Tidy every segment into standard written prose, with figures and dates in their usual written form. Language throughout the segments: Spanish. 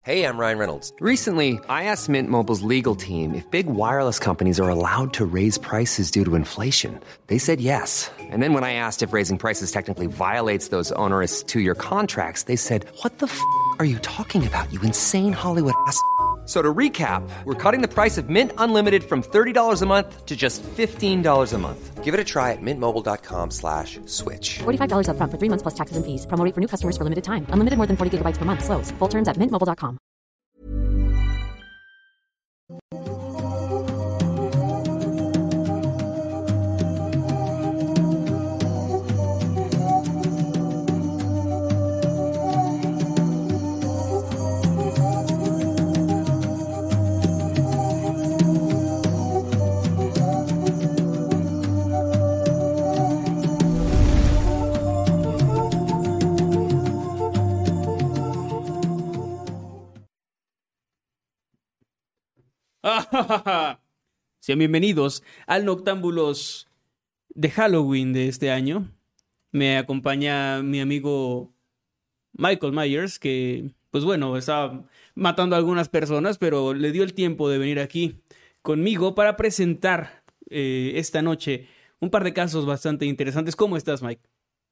Hey, I'm Ryan Reynolds. Recently, I asked Mint Mobile's legal team if big wireless companies are allowed to raise prices due to inflation. They said yes. And then when I asked if raising prices technically violates those onerous two-year contracts, they said, "What the f*** are you talking about, you insane Hollywood ass?" So to recap, we're cutting the price of Mint Unlimited from $30 a month to just $15 a month. Give it a try at mintmobile.com/switch. $45 up front for 3 months plus taxes and fees. Promo rate for new customers for limited time. Unlimited more than 40 gigabytes per month. Slows full terms at mintmobile.com. Sean bienvenidos al Noctámbulos de Halloween de este año. Me acompaña mi amigo Michael Myers, que, pues bueno, estaba matando a algunas personas, pero le dio el tiempo de venir aquí conmigo para presentar esta noche un par de casos bastante interesantes. ¿Cómo estás, Mike?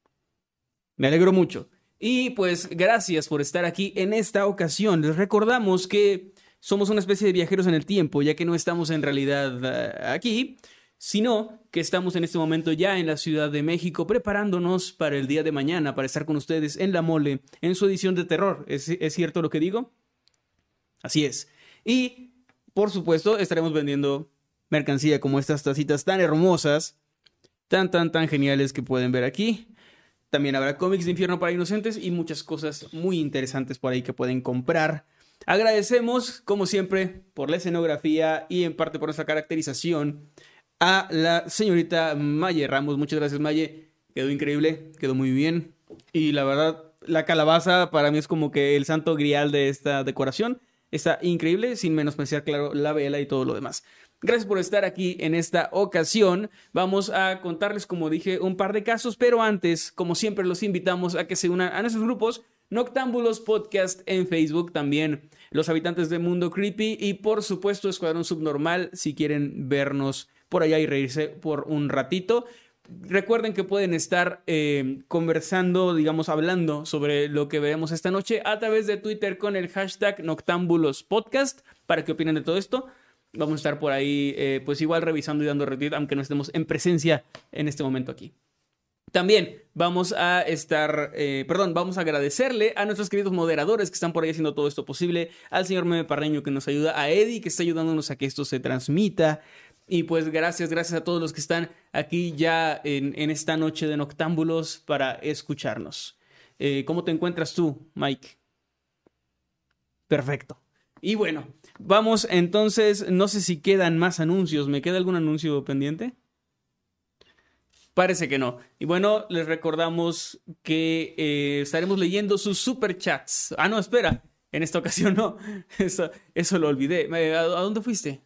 Me alegro mucho. Y pues gracias por estar aquí en esta ocasión. Les recordamos que somos una especie de viajeros en el tiempo, ya que no estamos en realidad aquí, sino que estamos en este momento ya en la Ciudad de México, preparándonos para el día de mañana, para estar con ustedes en La Mole, en su edición de terror. ¿Es cierto lo que digo? Así es. Y, por supuesto, estaremos vendiendo mercancía como estas tacitas tan hermosas, tan geniales que pueden ver aquí. También habrá cómics de Infierno para Inocentes y muchas cosas muy interesantes por ahí que pueden comprar. Agradecemos, como siempre, por la escenografía y en parte por nuestra caracterización a la señorita Maye Ramos. Muchas gracias, Maye. Quedó increíble, quedó muy bien. Y la verdad, la calabaza para mí es como que el santo grial de esta decoración. Está increíble, sin menospreciar, claro, la vela y todo lo demás. Gracias por estar aquí en esta ocasión. Vamos a contarles, como dije, un par de casos, pero antes, como siempre, los invitamos a que se unan a nuestros grupos Noctámbulos Podcast en Facebook, también Los Habitantes de Mundo Creepy y, por supuesto, Escuadrón Subnormal, si quieren vernos por allá y reírse por un ratito. Recuerden que pueden estar conversando, digamos, hablando sobre lo que veremos esta noche a través de Twitter con el hashtag Noctámbulos Podcast para que opinen de todo esto. Vamos a estar por ahí, pues igual revisando y dando retweet, aunque no estemos en presencia en este momento aquí. También vamos a agradecerle a nuestros queridos moderadores que están por ahí haciendo todo esto posible, al señor Meme Parreño que nos ayuda, a Eddie que está ayudándonos a que esto se transmita. Y pues gracias a todos los que están aquí ya en esta noche de Noctámbulos para escucharnos. ¿Cómo te encuentras tú, Mike? Perfecto. Y bueno, vamos entonces, no sé si quedan más anuncios. ¿Me queda algún anuncio pendiente? Parece que no. Y bueno, les recordamos que estaremos leyendo sus superchats. Ah, no, espera. En esta ocasión no. Eso lo olvidé. ¿A dónde fuiste?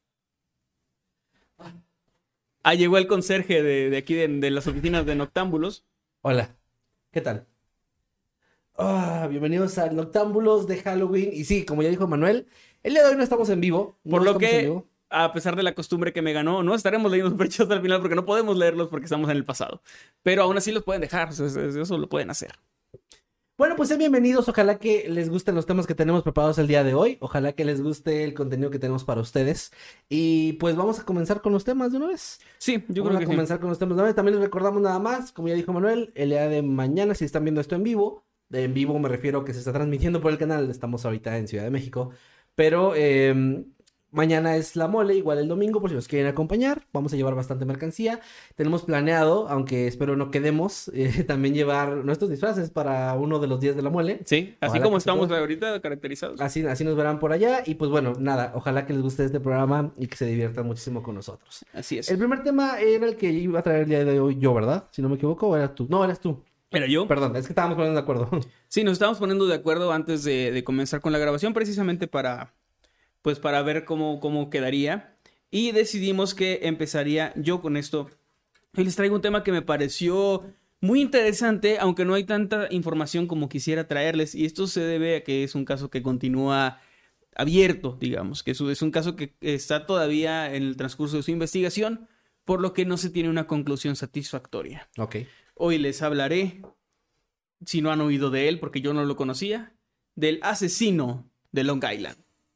Ah, llegó el conserje de aquí de las oficinas de Noctámbulos. Hola, ¿qué tal? Bienvenidos a Noctámbulos de Halloween. Y sí, como ya dijo Manuel, el día de hoy no estamos en vivo. Por lo que, a pesar de la costumbre que me ganó, no estaremos leyendo superchats al final porque no podemos leerlos porque estamos en el pasado. Pero aún así los pueden dejar, eso lo pueden hacer. Bueno, pues sean bienvenidos. Ojalá que les gusten los temas que tenemos preparados el día de hoy. Ojalá que les guste el contenido que tenemos para ustedes. Y pues vamos a comenzar con los temas de una vez. Sí, yo creo que sí. Vamos a comenzar con los temas de una vez. También les recordamos nada más, como ya dijo Manuel, el día de mañana, si están viendo esto en vivo. De en vivo me refiero a que se está transmitiendo por el canal. Estamos ahorita en Ciudad de México. Pero mañana es la mole, igual el domingo, por si nos quieren acompañar. Vamos a llevar bastante mercancía. Tenemos planeado, aunque espero no quedemos, también llevar nuestros disfraces para uno de los días de la mole. Sí, así como estamos ahorita caracterizados. Así nos verán por allá. Y pues bueno, nada, ojalá que les guste este programa y que se diviertan muchísimo con nosotros. Así es. El primer tema era el que iba a traer el día de hoy yo, ¿verdad? Si no me equivoco, ¿o eras tú? No, eras tú. ¿Era yo? Perdón, es que estábamos poniendo de acuerdo. Sí, nos estábamos poniendo de acuerdo antes de comenzar con la grabación, precisamente para ver cómo quedaría. Y decidimos que empezaría yo con esto. Hoy les traigo un tema que me pareció muy interesante, aunque no hay tanta información como quisiera traerles. Y esto se debe a que es un caso que continúa abierto, digamos, que es un caso que está todavía en el transcurso de su investigación, por lo que no se tiene una conclusión satisfactoria. Ok. Hoy les hablaré, si no han oído de él, porque yo no lo conocía, del asesino de Long Island.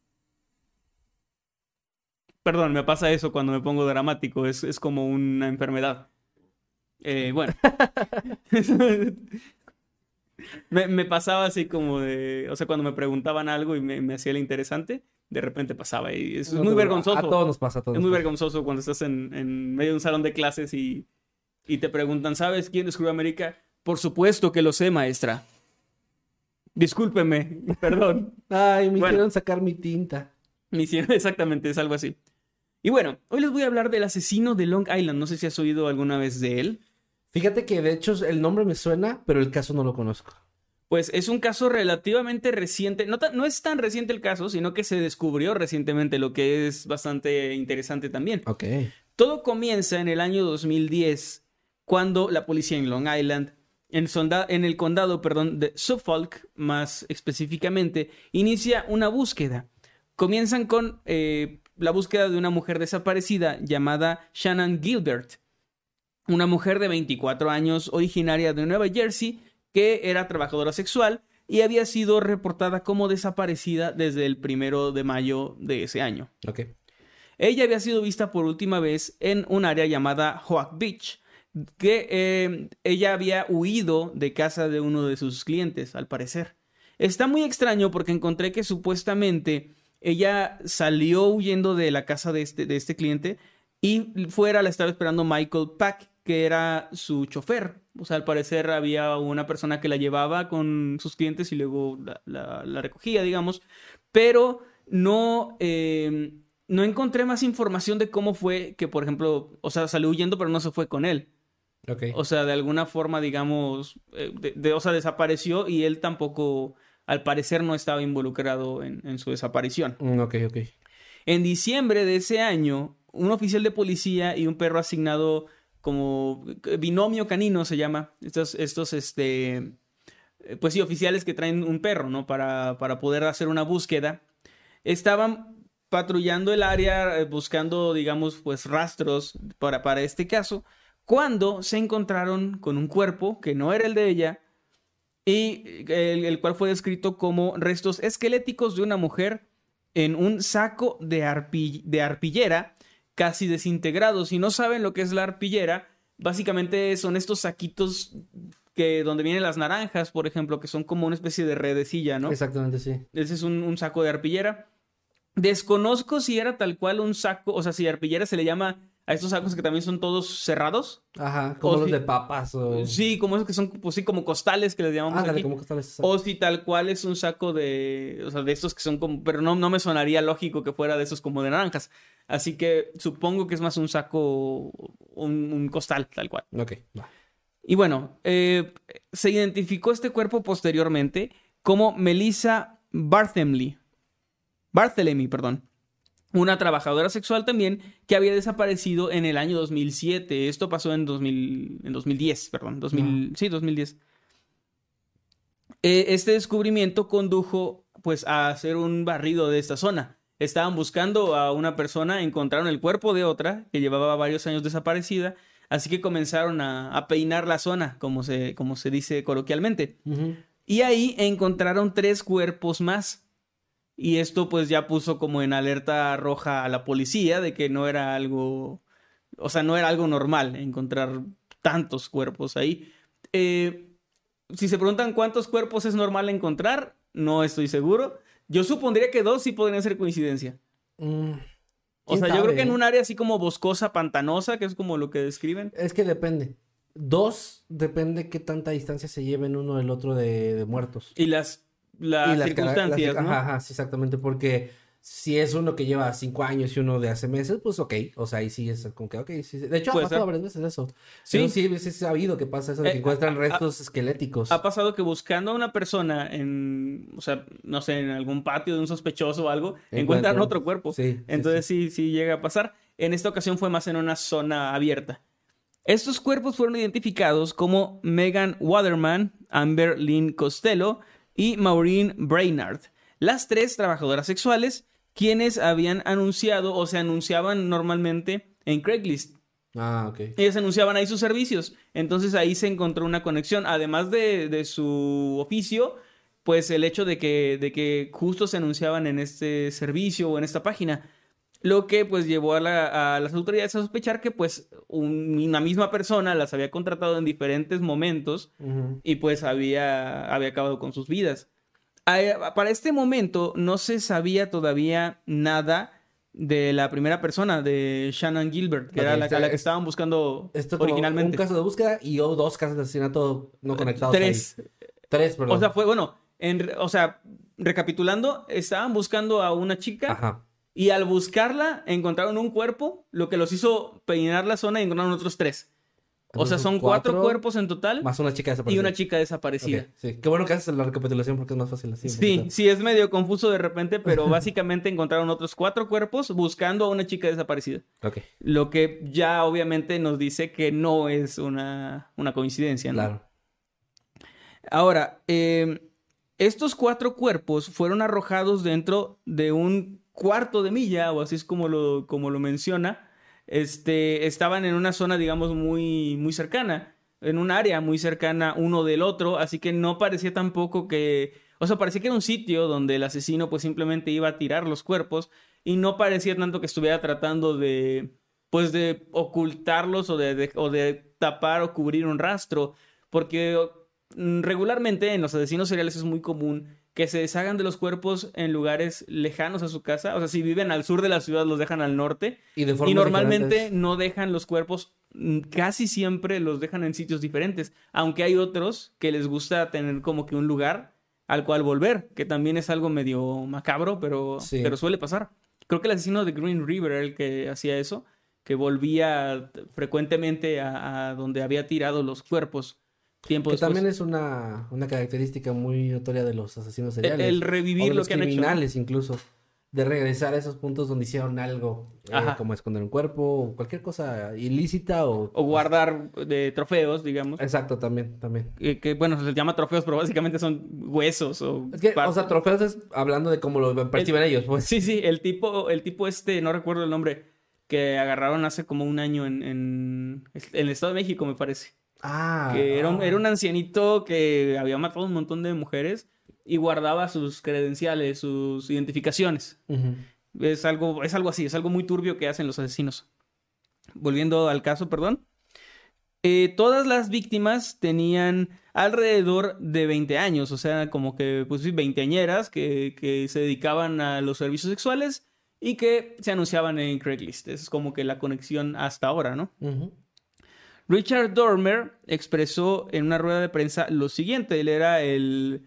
Perdón, me pasa eso cuando me pongo dramático, es como una enfermedad. Bueno. me pasaba así como de... O sea, cuando me preguntaban algo y me hacía el interesante, de repente pasaba y es muy vergonzoso. A todos nos pasa, a todos. Es muy nos pasa. vergonzoso cuando estás en medio de un salón de clases y te preguntan, ¿sabes quién descubrió América? Por supuesto que lo sé, maestra. Discúlpeme, perdón. Ay, me Bueno. hicieron sacar mi tinta. Exactamente, es algo así. Y bueno, hoy les voy a hablar del asesino de Long Island. No sé si has oído alguna vez de él. Fíjate que de hecho el nombre me suena, pero el caso no lo conozco. Pues es un caso relativamente reciente. No es tan reciente el caso, sino que se descubrió recientemente, lo que es bastante interesante también. Ok. Todo comienza en el año 2010, cuando la policía en Long Island, en el condado, de Suffolk, más específicamente, inicia una búsqueda. Comienzan con la búsqueda de una mujer desaparecida llamada Shannon Gilbert, una mujer de 24 años originaria de Nueva Jersey que era trabajadora sexual y había sido reportada como desaparecida desde el 1 de mayo de ese año. Ok. Ella había sido vista por última vez en un área llamada Oak Beach, que ella había huido de casa de uno de sus clientes, al parecer. Está muy extraño porque encontré que supuestamente ella salió huyendo de la casa de este cliente y fuera la estaba esperando Michael Pack, que era su chofer. O sea, al parecer había una persona que la llevaba con sus clientes y luego la recogía, digamos. Pero no encontré más información de cómo fue que, por ejemplo, o sea, salió huyendo, pero no se fue con él. Ok. O sea, de alguna forma, digamos, o sea, desapareció y él tampoco, al parecer, no estaba involucrado en su desaparición. Ok. En diciembre de ese año, un oficial de policía y un perro asignado como binomio canino se llama. Pues sí, oficiales que traen un perro, ¿no? Para poder hacer una búsqueda. Estaban patrullando el área, buscando, digamos, pues rastros para este caso, cuando se encontraron con un cuerpo que no era el de ella y el cual fue descrito como restos esqueléticos de una mujer en un saco de arpillera casi desintegrados. Si no saben lo que es la arpillera, básicamente son estos saquitos donde vienen las naranjas, por ejemplo, que son como una especie de redecilla, ¿no? Exactamente, sí. Ese es un saco de arpillera. Desconozco si era tal cual un saco, o sea, si arpillera se le llama a estos sacos que también son todos cerrados. Ajá, como O los si- de papas o... Sí, como esos que son, pues sí, como costales que les llamamos Ándale, aquí. como que está les- O si tal cual es un saco o sea, de estos que son como, pero no me sonaría lógico que fuera de esos como de naranjas. Así que supongo que es más un saco, un costal, tal cual. Ok, va. Y bueno, se identificó este cuerpo posteriormente como Melissa Barthélemy, una trabajadora sexual también que había desaparecido en el año 2007. Esto pasó en 2010, perdón, 2010. Este descubrimiento condujo pues a hacer un barrido de esta zona. Estaban buscando a una persona, encontraron el cuerpo de otra que llevaba varios años desaparecida, así que comenzaron a peinar la zona, como se dice coloquialmente. Ujú. Y ahí encontraron 3 cuerpos más. Y esto pues ya puso como en alerta roja a la policía de que no era algo, o sea, no era algo normal encontrar tantos cuerpos ahí. Si se preguntan cuántos cuerpos es normal encontrar, no estoy seguro. Yo supondría que 2 sí podrían ser coincidencia. O ¿Quién sea, yo sabe, creo que en eh? un área así como boscosa, pantanosa, que es como lo que describen. Es que depende. 2, depende qué tanta distancia se lleven uno del otro de muertos. Y las Y las circunstancias, ¿no? Ajá, sí, exactamente, porque si es uno que lleva 5 años y uno de hace meses, pues ok, o sea, ahí sí es como que ok, sí. De hecho, ha Puede pasado ser. varias veces eso. Sí. Pero sí, sí, se ha habido que pasa eso, de que encuentran restos esqueléticos. Ha pasado que buscando a una persona o sea, no sé, en algún patio de un sospechoso o algo, encuentran otro cuerpo. Sí, sí, Entonces sí llega a pasar. En esta ocasión fue más en una zona abierta. Estos cuerpos fueron identificados como Megan Waterman, Amber Lynn Costello y Maureen Brainard, las 3 trabajadoras sexuales quienes habían anunciado o se anunciaban normalmente en Craigslist. Ah, ok. Ellas anunciaban ahí sus servicios. Entonces ahí se encontró una conexión. Además de su oficio, pues el hecho de que justo se anunciaban en este servicio o en esta página. Lo que pues llevó a las autoridades a sospechar que pues una misma persona las había contratado en diferentes momentos y pues había acabado con sus vidas. Para este momento no se sabía todavía nada de la primera persona, de Shannon Gilbert, que era la que estaban buscando esto como originalmente. un caso de búsqueda y 2 casos de asesinato no conectados. 3. Ahí. 3, perdón. O sea, recapitulando, estaban buscando a una chica. Ajá. Y al buscarla, encontraron un cuerpo, lo que los hizo peinar la zona y encontraron otros 3. O sea, son 4 cuerpos en total. Más una chica desaparecida. Y una chica desaparecida. Okay, sí. Qué bueno que haces la recapitulación porque es más fácil así. Sí, es medio confuso de repente, pero básicamente encontraron otros 4 cuerpos buscando a una chica desaparecida. Ok. Lo que ya obviamente nos dice que no es una coincidencia, ¿no? Claro. Ahora, estos 4 cuerpos fueron arrojados dentro de un cuarto de milla, o así es como lo menciona. Estaban en una zona, digamos, muy, muy cercana, en un área muy cercana uno del otro, así que no parecía tampoco que... O sea, parecía que era un sitio donde el asesino pues simplemente iba a tirar los cuerpos y no parecía tanto que estuviera tratando de ocultarlos o de tapar o cubrir un rastro, porque regularmente en los asesinos seriales es muy común que se deshagan de los cuerpos en lugares lejanos a su casa. O sea, si viven al sur de la ciudad, los dejan al norte. Y normalmente diferentes. No dejan los cuerpos, casi siempre los dejan en sitios diferentes. Aunque hay otros que les gusta tener como que un lugar al cual volver, que también es algo medio macabro, pero suele pasar. Creo que el asesino de Green River era el que hacía eso, que volvía frecuentemente a donde había tirado los cuerpos. Tiempo que después. También es una característica muy notoria de los asesinos seriales. El revivir lo que han hecho. Los criminales incluso. De regresar a esos puntos donde hicieron algo. Como esconder un cuerpo o cualquier cosa ilícita o guardar de trofeos, digamos. Exacto, también. Que bueno, se les llama trofeos, pero básicamente son huesos o... Es que, trofeos es hablando de cómo lo perciben ellos, pues. Sí, el tipo no recuerdo el nombre, que agarraron hace como un año en el Estado de México, me parece. Que era un ancianito que había matado a un montón de mujeres y guardaba sus credenciales, sus identificaciones. Es algo así, es algo muy turbio que hacen los asesinos. Volviendo al caso, perdón. Todas las víctimas tenían alrededor de 20 años, o sea, como que pues veinteañeras que se dedicaban a los servicios sexuales y que se anunciaban en Craigslist. Es como que la conexión hasta ahora, ¿no? Richard Dormer expresó en una rueda de prensa lo siguiente. Él era el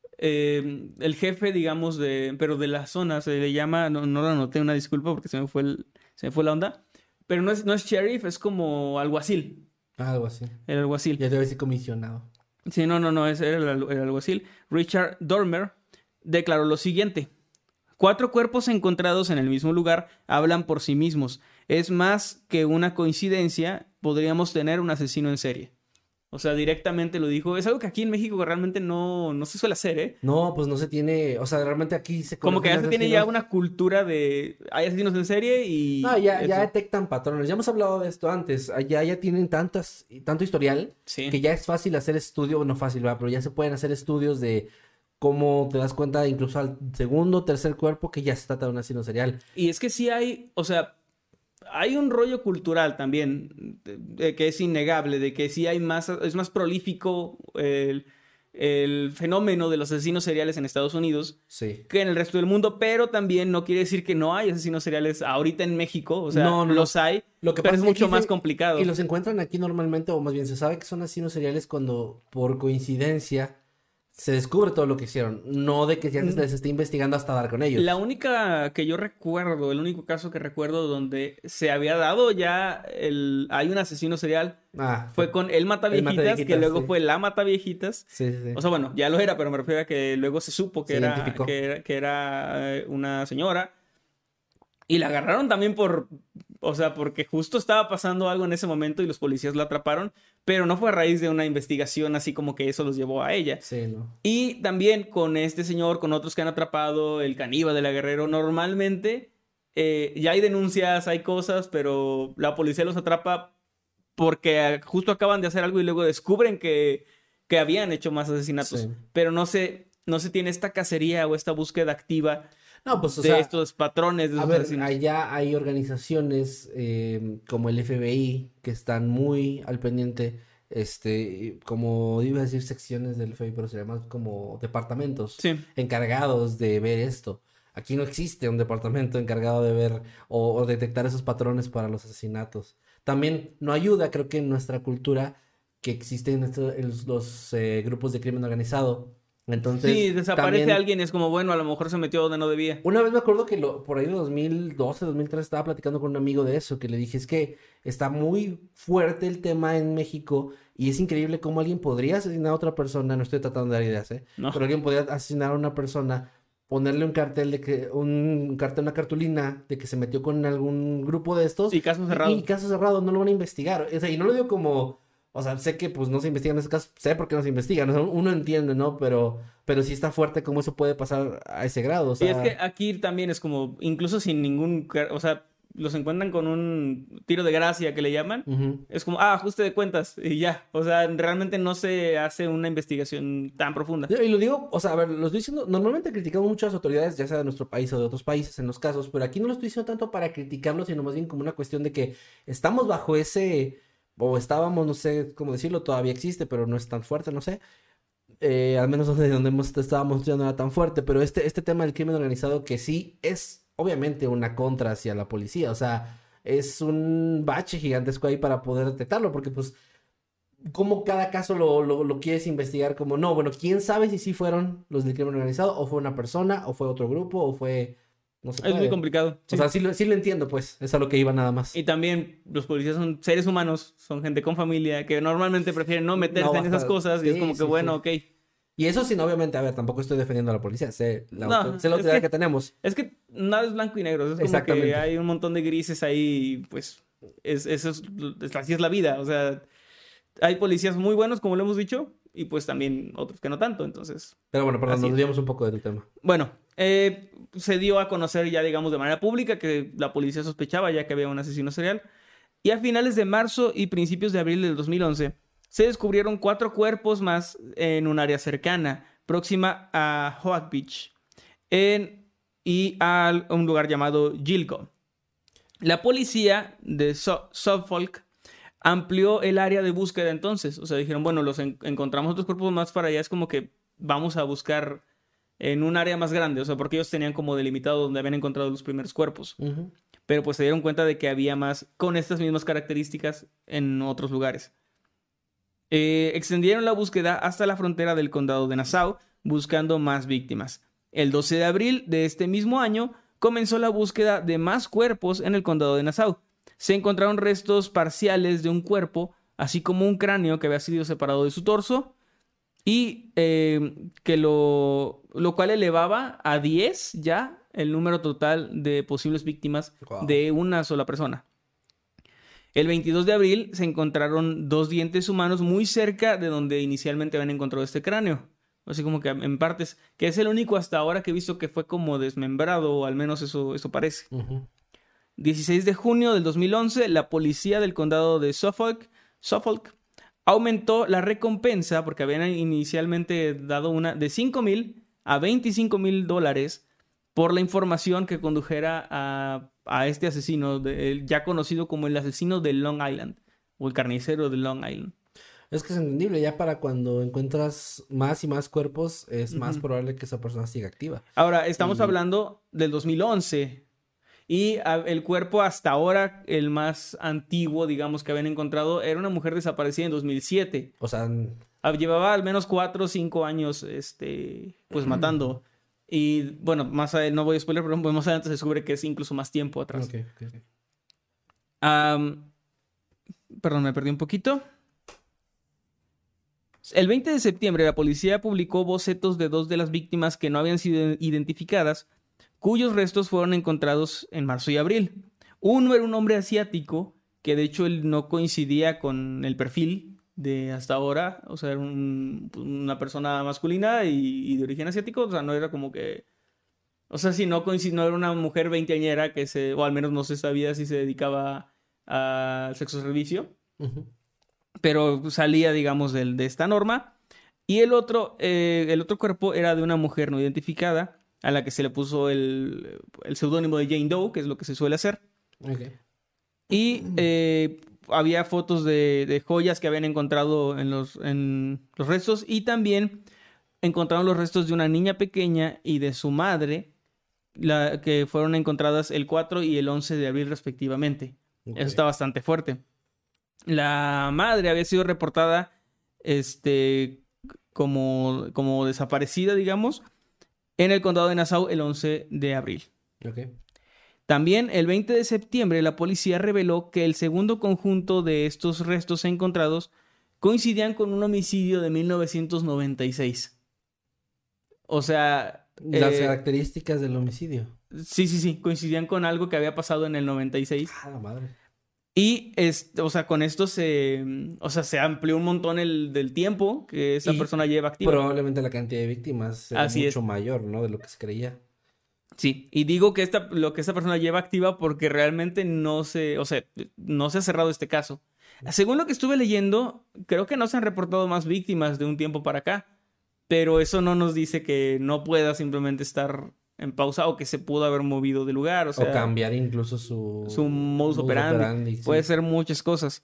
jefe, digamos, pero de la zona. Se le llama, no lo anoté, una disculpa porque se me fue la onda. Pero no es sheriff, es como alguacil. Algo así. El alguacil. Ya debe ser comisionado. Sí, no, era el alguacil. Richard Dormer declaró lo siguiente. 4 cuerpos encontrados en el mismo lugar hablan por sí mismos. Es más que una coincidencia, podríamos tener un asesino en serie. O sea, directamente lo dijo. Es algo que aquí en México realmente no se suele hacer, ¿eh? No, pues no se tiene... O sea, realmente aquí se... Como que ya se tiene ya una cultura de... Hay asesinos en serie y... No, ya detectan patrones. Ya hemos hablado de esto antes. Ya tienen tanto historial que ya es fácil hacer estudio. No fácil, ¿verdad? Pero ya se pueden hacer estudios de... Cómo te das cuenta incluso al segundo, tercer cuerpo que ya se trata de un asesino serial. Y es que sí hay... O sea... Hay un rollo cultural también que es innegable, de que sí es más prolífico el fenómeno de los asesinos seriales en Estados Unidos que en el resto del mundo, pero también no quiere decir que no hay asesinos seriales ahorita en México, o sea, los hay, pero es mucho más complicado. Y los encuentran aquí normalmente, o más bien se sabe que son asesinos seriales cuando por coincidencia se descubre todo lo que hicieron, no de que ya se les esté investigando hasta dar con ellos. La única que yo recuerdo, el único caso que recuerdo donde se había dado ya hay un asesino serial, fue con el Mataviejitas, que luego fue la Mataviejitas. Sí. O sea, bueno, ya lo era, pero me refiero a que luego se supo que era una señora. Y la agarraron también O sea, porque justo estaba pasando algo en ese momento y los policías la atraparon, pero no fue a raíz de una investigación así como que eso los llevó a ella. Sí, ¿no? Y también con este señor, con otros que han atrapado, el caníbal de la Guerrero, normalmente ya hay denuncias, hay cosas, pero la policía los atrapa porque justo acaban de hacer algo y luego descubren que habían hecho más asesinatos. Sí. Pero no se tiene esta cacería o esta búsqueda activa No, pues, o de sea, estos patrones de a esos ver, asesinos. allá hay organizaciones como el FBI que están muy al pendiente, como iba a decir secciones del FBI, pero se llaman como departamentos Sí. encargados de ver esto. Aquí no existe un departamento encargado de ver o detectar esos patrones para los asesinatos. También no ayuda, creo que en nuestra cultura, que existen los grupos de crimen organizado. Entonces, Sí, desaparece también- alguien, es como, bueno, a lo mejor se metió donde no debía. Una vez me acuerdo que por ahí de 2012, 2013 estaba platicando con un amigo de eso, que le dije, es que está muy fuerte el tema en México y es increíble cómo alguien podría asesinar a otra persona, no estoy tratando de dar ideas, No. pero alguien podría asesinar a una persona, ponerle un cartel una cartulina de que se metió con algún grupo de estos. Y caso cerrado. Y caso cerrado, no lo van a investigar. O sea, y no lo digo como, o sea, sé que pues no se investigan esos casos, sé por qué no se investigan, o sea, uno entiende, ¿no? Pero sí está fuerte cómo eso puede pasar a ese grado, o sea... Y es que aquí también es como, incluso sin ningún, o sea, los encuentran con un tiro de gracia que le llaman. Ujú. Es como, ajuste de cuentas y ya. O sea, realmente no se hace una investigación tan profunda. Y lo digo, o sea, a ver, lo estoy diciendo, normalmente criticamos mucho a las autoridades, ya sea de nuestro país o de otros países en los casos, pero aquí no lo estoy diciendo tanto para criticarlos, sino más bien como una cuestión de que estamos bajo ese, o estábamos, no sé cómo decirlo, todavía existe, pero no es tan fuerte, no sé. Al menos donde estábamos ya no era tan fuerte, pero este tema del crimen organizado que sí es obviamente una contra hacia la policía, o sea, es un bache gigantesco ahí para poder detectarlo, porque pues, ¿cómo cada caso lo quieres investigar? Como, no, bueno, ¿quién sabe si sí fueron los del crimen organizado, o fue una persona, o fue otro grupo, o fue... No se Es muy puede. complicado. Sí. O sea, sí lo entiendo, pues, es a lo que iba nada más. Y también los policías son seres humanos, son gente con familia que normalmente prefieren no meterse No, en esas basta- cosas y es sí, como que sí, bueno, sí. ok. Y eso sin, obviamente, a ver, tampoco estoy defendiendo a la policía, sé la No, autoridad es que tenemos. Es que nada es blanco y negro, es como Exactamente. que hay un montón de grises ahí, y pues así es la vida, o sea, hay policías muy buenos, como lo hemos dicho, y pues también otros que no tanto, entonces, Pero bueno, perdón, Así nos es. desviamos un poco del tema. bueno, se dio a conocer ya, digamos, de manera pública que la policía sospechaba ya que había un asesino serial, y a finales de marzo y principios de abril del 2011, se descubrieron 4 cuerpos más en un área cercana, próxima a Hoag Beach, y a un lugar llamado Gilgo. La policía de Suffolk amplió el área de búsqueda entonces. O sea, dijeron, bueno, encontramos otros cuerpos más para allá. Es como que vamos a buscar en un área más grande. O sea, porque ellos tenían como delimitado donde habían encontrado los primeros cuerpos. Ujú. Pero pues se dieron cuenta de que había más con estas mismas características en otros lugares. Extendieron la búsqueda hasta la frontera del condado de Nassau, buscando más víctimas. El 12 de abril de este mismo año comenzó la búsqueda de más cuerpos en el condado de Nassau. Se encontraron restos parciales de un cuerpo, así como un cráneo que había sido separado de su torso, y que lo cual elevaba a 10 ya el número total de posibles víctimas Wow. de una sola persona. El 22 de abril se encontraron 2 dientes humanos muy cerca de donde inicialmente habían encontrado este cráneo. Así como que en partes, que es el único hasta ahora que he visto que fue como desmembrado, o al menos eso parece. Ujú. 16 de junio del 2011, la policía del condado de Suffolk aumentó la recompensa, porque habían inicialmente dado una de $5,000 a $25,000 por la información que condujera a este asesino, ya conocido como el asesino de Long Island, o el carnicero de Long Island. Es que es entendible, ya para cuando encuentras más y más cuerpos, es más probable que esa persona siga activa. Ahora, estamos hablando del 2011. Y el cuerpo hasta ahora, el más antiguo, digamos, que habían encontrado, era una mujer desaparecida en 2007. O sea, Llevaba al menos 4 o 5 años, pues matando. Y bueno, no voy a spoiler, pero más adelante se descubre que es incluso más tiempo atrás. ok. Perdón, me perdí un poquito. El 20 de septiembre, la policía publicó bocetos de 2 de las víctimas que no habían sido identificadas, cuyos restos fueron encontrados en marzo y abril. Uno era un hombre asiático, que de hecho él no coincidía con el perfil de hasta ahora. O sea, era una persona masculina y de origen asiático. O sea, no era como que... O sea, si no coincidía, no era una mujer veinteañera o al menos no se sabía si se dedicaba al sexo servicio. Ujú. Pero salía, digamos, de esta norma. Y el otro cuerpo era de una mujer no identificada, a la que se le puso el seudónimo de Jane Doe, que es lo que se suele hacer. Ok. Y había fotos de joyas que habían encontrado en los restos. Y también encontraron los restos de una niña pequeña y de su madre, que fueron encontradas el 4 y el 11 de abril respectivamente. Ok. Eso está bastante fuerte. La madre había sido reportada como desaparecida, digamos, en el condado de Nassau el 11 de abril. Ok. También el 20 de septiembre la policía reveló que el segundo conjunto de estos restos encontrados coincidían con un homicidio de 1996. O sea... Las características del homicidio. Sí, coincidían con algo que había pasado en el 96. Ah, la madre. Y, o sea, con esto se amplió un montón del tiempo que esa Y persona lleva activa. Probablemente la cantidad de víctimas era Así mucho es. mayor, ¿no? De lo que se creía. Sí, y digo que lo que esta persona lleva activa porque realmente no se ha cerrado este caso. Según lo que estuve leyendo, creo que no se han reportado más víctimas de un tiempo para acá, pero eso no nos dice que no pueda simplemente estar en pausa o que se pudo haber movido de lugar, o sea, cambiar incluso su modus operandi. sí. Puede ser muchas cosas.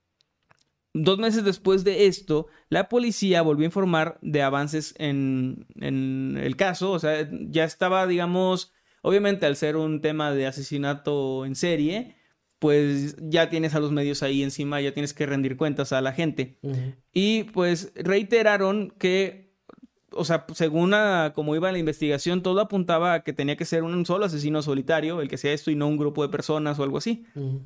2 meses después de esto, la policía volvió a informar de avances en el caso. O sea, ya estaba, digamos, obviamente al ser un tema de asesinato en serie, pues ya tienes a los medios ahí encima, ya tienes que rendir cuentas a la gente. Ujú. Y pues reiteraron que, o sea, según como iba la investigación, todo apuntaba a que tenía que ser un solo asesino solitario el que hacía esto y no un grupo de personas o algo así. Ujú.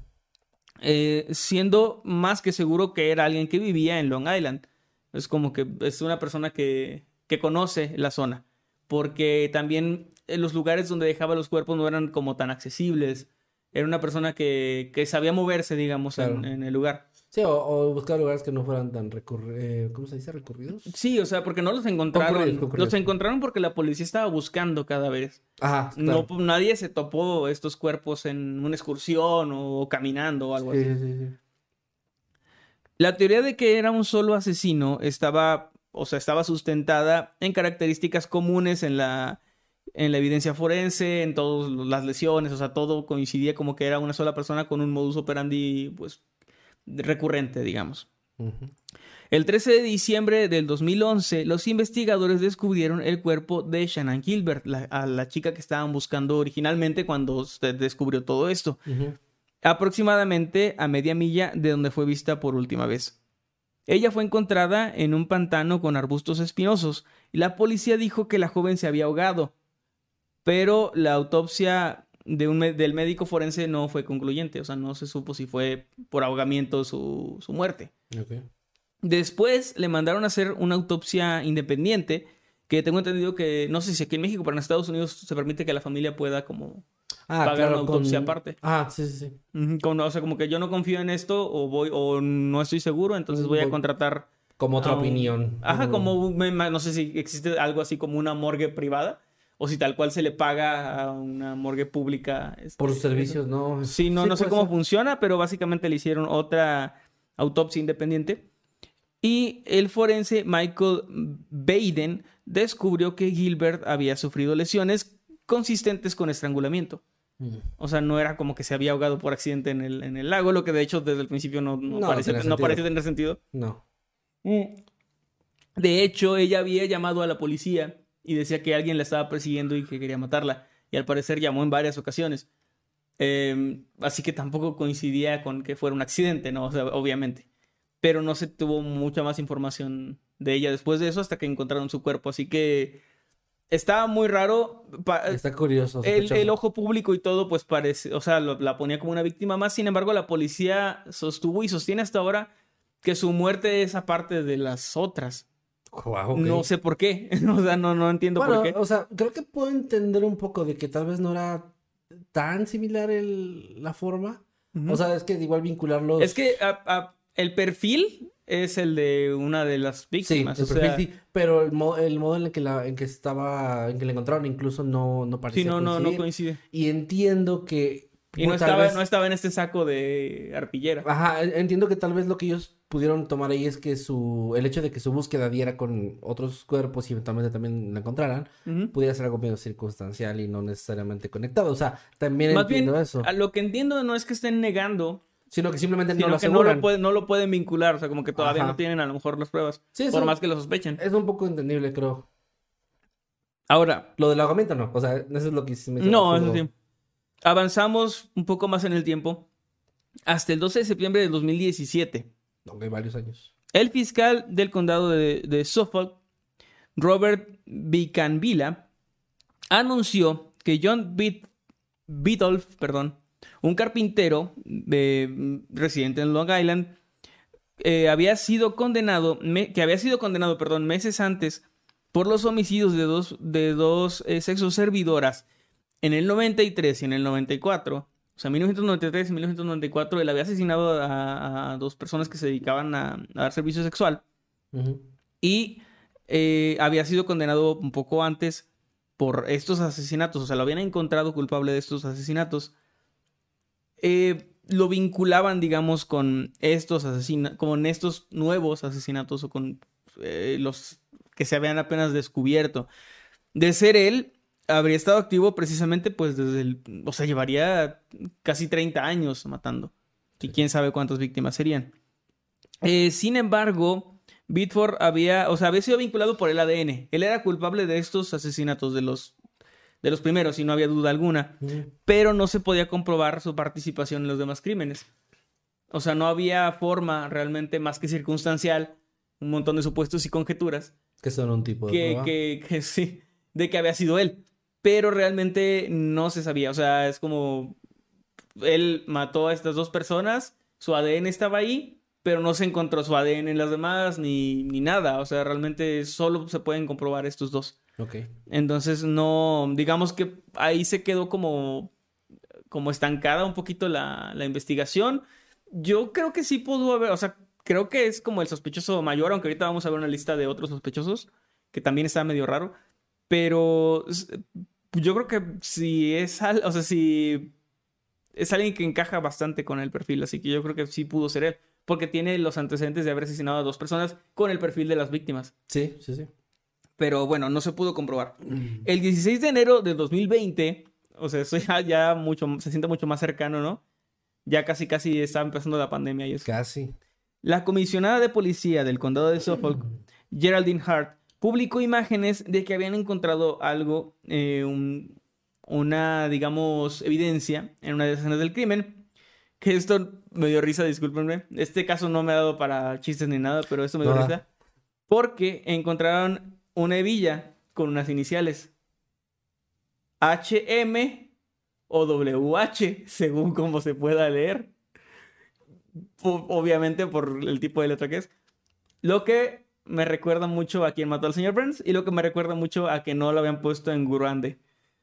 Siendo más que seguro que era alguien que vivía en Long Island. Es como que es una persona que conoce la zona. Porque también los lugares donde dejaba los cuerpos no eran como tan accesibles. Era una persona que sabía moverse, digamos, Claro. en el lugar. Sí, o buscar lugares que no fueran tan ¿cómo se dice? ¿Recurridos? Sí, o sea, porque no los encontraron. Concurridos. Los encontraron porque la policía estaba buscando cada vez. Ajá, No, claro. nadie se topó estos cuerpos en una excursión o caminando o algo así. Sí. La teoría de que era un solo asesino estaba sustentada en características comunes en la evidencia forense, en todas las lesiones, o sea, todo coincidía como que era una sola persona con un modus operandi, pues, recurrente, digamos. Ujú. El 13 de diciembre del 2011, los investigadores descubrieron el cuerpo de Shannan Gilbert, a la chica que estaban buscando originalmente cuando usted descubrió todo esto. Ujú. Aproximadamente a media milla de donde fue vista por última vez. Ella fue encontrada en un pantano con arbustos espinosos y la policía dijo que la joven se había ahogado, pero la autopsia del médico forense no fue concluyente, o sea, no se supo si fue por ahogamiento su muerte. Ok. Después le mandaron a hacer una autopsia independiente, que tengo entendido que, no sé si aquí en México, pero en Estados Unidos se permite que la familia pueda como pagar una autopsia aparte. Ah, sí. Ujú, o sea, como que yo no confío en esto o no estoy seguro, entonces voy a contratar Como otra a opinión. Ajá, no sé si existe algo así como una morgue privada o si tal cual se le paga a una morgue pública. Por sus servicios, ¿no? Sí, no sé puede cómo ser. funciona, pero básicamente le hicieron otra autopsia independiente. Y el forense Michael Baden descubrió que Gilbert había sufrido lesiones consistentes con estrangulamiento. O sea, no era como que se había ahogado por accidente en el lago, lo que de hecho desde el principio no parece tener sentido. No. De hecho, ella había llamado a la policía y decía que alguien la estaba persiguiendo y que quería matarla. Y al parecer llamó en varias ocasiones. Así que tampoco coincidía con que fuera un accidente, ¿no? O sea, obviamente. Pero no se tuvo mucha más información de ella después de eso hasta que encontraron su cuerpo. Así que estaba muy raro. Está curioso. El ojo público y todo, pues parece, o sea, la ponía como una víctima más. Sin embargo, la policía sostuvo y sostiene hasta ahora que su muerte es aparte de las otras. Wow, No sé por qué. O sea, no entiendo por qué. O sea, creo que puedo entender un poco de que tal vez no era tan similar la forma. O sea, es que igual vincularlos... Es que el perfil es el de una de las víctimas. Sí, el perfil sí, pero el modo en el que la encontraron incluso no parecía no coincide. Y entiendo que... Y no estaba en este saco de arpillera. Ajá, entiendo que tal vez lo que ellos pudieron tomar ahí es que el hecho de que su búsqueda diera con otros cuerpos y eventualmente también la encontraran, pudiera ser algo medio circunstancial y no necesariamente conectado. O sea, también Más entiendo bien, eso. A lo que entiendo no es que estén negando, Sino que simplemente sino no lo que aseguran. no lo pueden vincular. O sea, como que todavía Ajá. no tienen a lo mejor las pruebas. Sí, por más que lo sospechen. Es un poco entendible, creo. Ahora, Lo del ahogamiento no. O sea, eso es lo que sí me hizo no, absurdo. eso sí. Avanzamos un poco más en el tiempo. Hasta el 12 de septiembre de 2017. Aunque hay varios años. El fiscal del condado de Suffolk, Robert Bicanvilla, anunció que John Biddulph, un carpintero residente en Long Island, había sido condenado meses antes por los homicidios de dos sexoservidoras en el 93 y en el 94. O sea, en 1993 y 1994 él había asesinado a dos personas que se dedicaban a dar servicio sexual. Y había sido condenado un poco antes por estos asesinatos. O sea, lo habían encontrado culpable de estos asesinatos. Lo vinculaban, digamos, con estos nuevos asesinatos o con los que se habían apenas descubierto. De ser él, habría estado activo precisamente pues o sea, llevaría casi 30 años matando. Y quién sabe cuántas víctimas serían. Sin embargo, Biddulph había sido vinculado por el ADN. Él era culpable de estos asesinatos, de los primeros, y no había duda alguna. Pero no se podía comprobar su participación en los demás crímenes. O sea, no había forma realmente más que circunstancial, un montón de supuestos y conjeturas. Que son un tipo de prueba. Que sí, de que había sido él. Pero realmente no se sabía. O sea, es como... Él mató a estas dos personas, su ADN estaba ahí, pero no se encontró su ADN en las demás, ni nada. O sea, realmente solo se pueden comprobar estos dos. Ok. Entonces, no... Digamos que ahí se quedó como estancada un poquito la investigación. Yo creo que sí pudo haber... O sea, creo que es como el sospechoso mayor, aunque ahorita vamos a ver una lista de otros sospechosos, que también está medio raro. Pero yo creo que si es alguien que encaja bastante con el perfil, así que yo creo que sí pudo ser él, porque tiene los antecedentes de haber asesinado a dos personas con el perfil de las víctimas. Sí. Pero bueno, no se pudo comprobar. El 16 de enero de 2020, o sea, eso ya se siente mucho más cercano, ¿no? Ya casi está empezando la pandemia y eso. Casi. La comisionada de policía del condado de Suffolk, Geraldine Hart, publicó imágenes de que habían encontrado algo, una, digamos, evidencia en una de las escenas del crimen. Que esto me dio risa, discúlpenme. Este caso no me ha dado para chistes ni nada, pero esto me dio risa. Porque encontraron una hebilla con unas iniciales. HM o WH, según como se pueda leer. Obviamente por el tipo de letra que es. Lo que me recuerda mucho a quien mató al señor Burns y lo que me recuerda mucho a que no lo habían puesto en Gurande.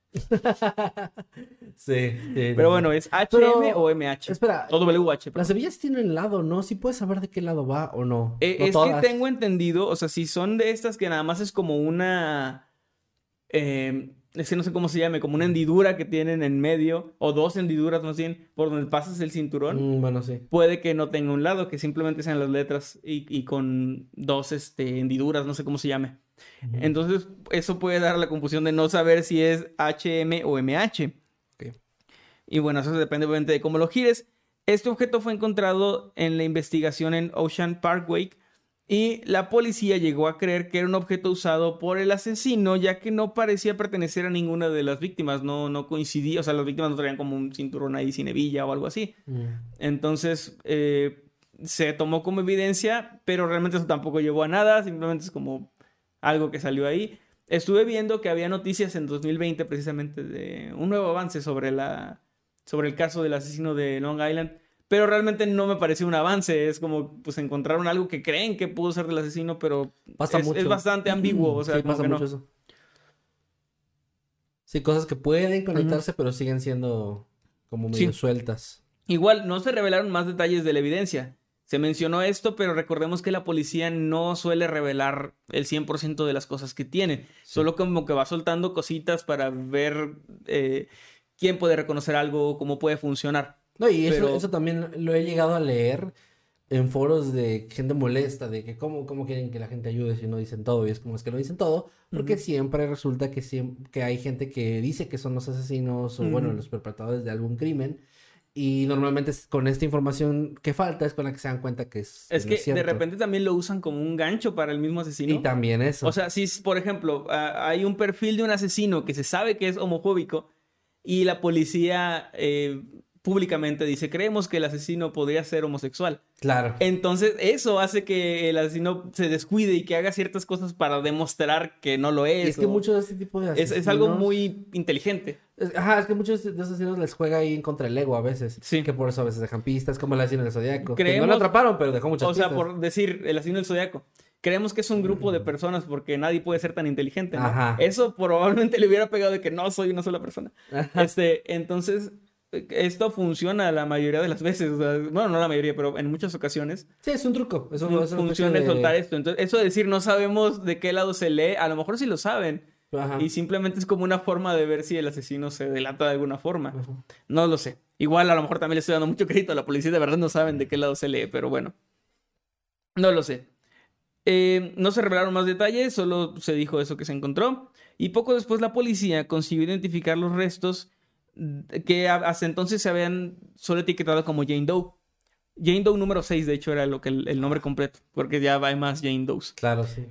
Sí. Pero bueno, ¿es HM o MH? Espera. O WH. Las hebillas tienen lado, ¿no? ¿Sí puedes saber de qué lado va o no? No Es todas. que tengo entendido, o sea, si son de estas que nada más es como una... es que no sé cómo se llame, como una hendidura que tienen en medio, o dos hendiduras más bien, por donde pasas el cinturón. Bueno, sí. Puede que no tenga un lado, que simplemente sean las letras y con dos hendiduras, no sé cómo se llame. Entonces, eso puede dar la confusión de no saber si es HM o MH. Okay. Y bueno, eso depende obviamente de cómo lo gires. Este objeto fue encontrado en la investigación en Ocean Parkway y la policía llegó a creer que era un objeto usado por el asesino, ya que no parecía pertenecer a ninguna de las víctimas. No coincidía, o sea, las víctimas no traían como un cinturón ahí sin hebilla o algo así. Entonces, se tomó como evidencia, pero realmente eso tampoco llevó a nada, simplemente es como algo que salió ahí. Estuve viendo que había noticias en 2020 precisamente de un nuevo avance sobre el caso del asesino de Long Island, pero realmente no me pareció un avance. Es como, pues, encontraron algo que creen que pudo ser del asesino, pero es bastante ambiguo. O sea, sí, como pasa que mucho no. eso. Sí, cosas que pueden conectarse, pero siguen siendo como medio Sí. sueltas. Igual, no se revelaron más detalles de la evidencia. Se mencionó esto, pero recordemos que la policía no suele revelar el 100% de las cosas que tiene. Solo como que va soltando cositas para ver quién puede reconocer algo, cómo puede funcionar. No, y Pero- eso también lo he llegado a leer en foros de gente molesta, de que cómo quieren que la gente ayude si no dicen todo, y es como es que lo dicen todo, porque siempre resulta que hay gente que dice que son los asesinos o bueno, los perpetradores de algún crimen, y normalmente con esta información que falta es con la que se dan cuenta que Es no que es cierto. de repente también lo usan como un gancho para el mismo asesino. Y también eso. O sea, si por ejemplo hay un perfil de un asesino que se sabe que es homofóbico y la policía públicamente dice, creemos que el asesino podría ser homosexual. Claro. Entonces eso hace que el asesino se descuide y que haga ciertas cosas para demostrar que no lo es. Y es que o- muchos de este tipo de asesinos... es algo muy inteligente. Ajá, es que muchos de esos asesinos les juega ahí contra el ego a veces. Sí. Que por eso a veces dejan pistas, como el asesino del Zodíaco. Que no Creemos- lo atraparon, pero dejó muchas O sea, pistas. por decir, el asesino del Zodiaco. Creemos que es un grupo de personas porque nadie puede ser tan inteligente, ¿no? Ajá. Eso probablemente le hubiera pegado de que no soy una sola persona. Ajá. Entonces, esto funciona la mayoría de las veces. O sea, bueno, no la mayoría, pero en muchas ocasiones Sí, es un truco. Es una funciona especie el de- soltar esto. Entonces, eso de decir no sabemos de qué lado se lee, a lo mejor sí lo saben. Ajá. Y simplemente es como una forma de ver si el asesino se delata de alguna forma. Ajá. No lo sé. Igual a lo mejor también le estoy dando mucho crédito a la policía, de verdad no saben de qué lado se lee, pero bueno. No lo sé. No se revelaron más detalles, solo se dijo eso que se encontró. Y poco después la policía consiguió identificar los restos que hasta entonces se habían solo etiquetado como Jane Doe. Jane Doe número 6, de hecho, era lo que el nombre completo, porque ya hay más Jane Does. Claro, sí.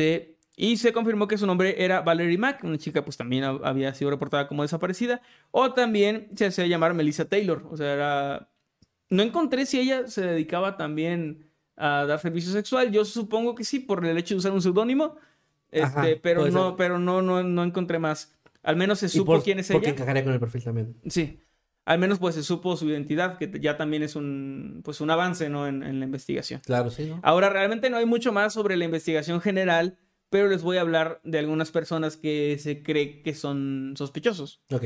Y se confirmó que su nombre era Valerie Mack, una chica pues también había sido reportada como desaparecida, o también se hacía llamar Melissa Taylor, o sea, era... No encontré si ella se dedicaba también a dar servicio sexual, yo supongo que sí, por el hecho de usar un seudónimo, Ajá, pero puede no, ser. pero no encontré más. Al menos se Y supo quién es porque ella. encajaría con el perfil también. Sí. Al menos pues se supo su identidad, que ya también es pues un avance, ¿no? en la investigación. Claro, sí, ¿no? Ahora, realmente no hay mucho más sobre la investigación general, pero les voy a hablar de algunas personas que se cree que son sospechosos. Ok.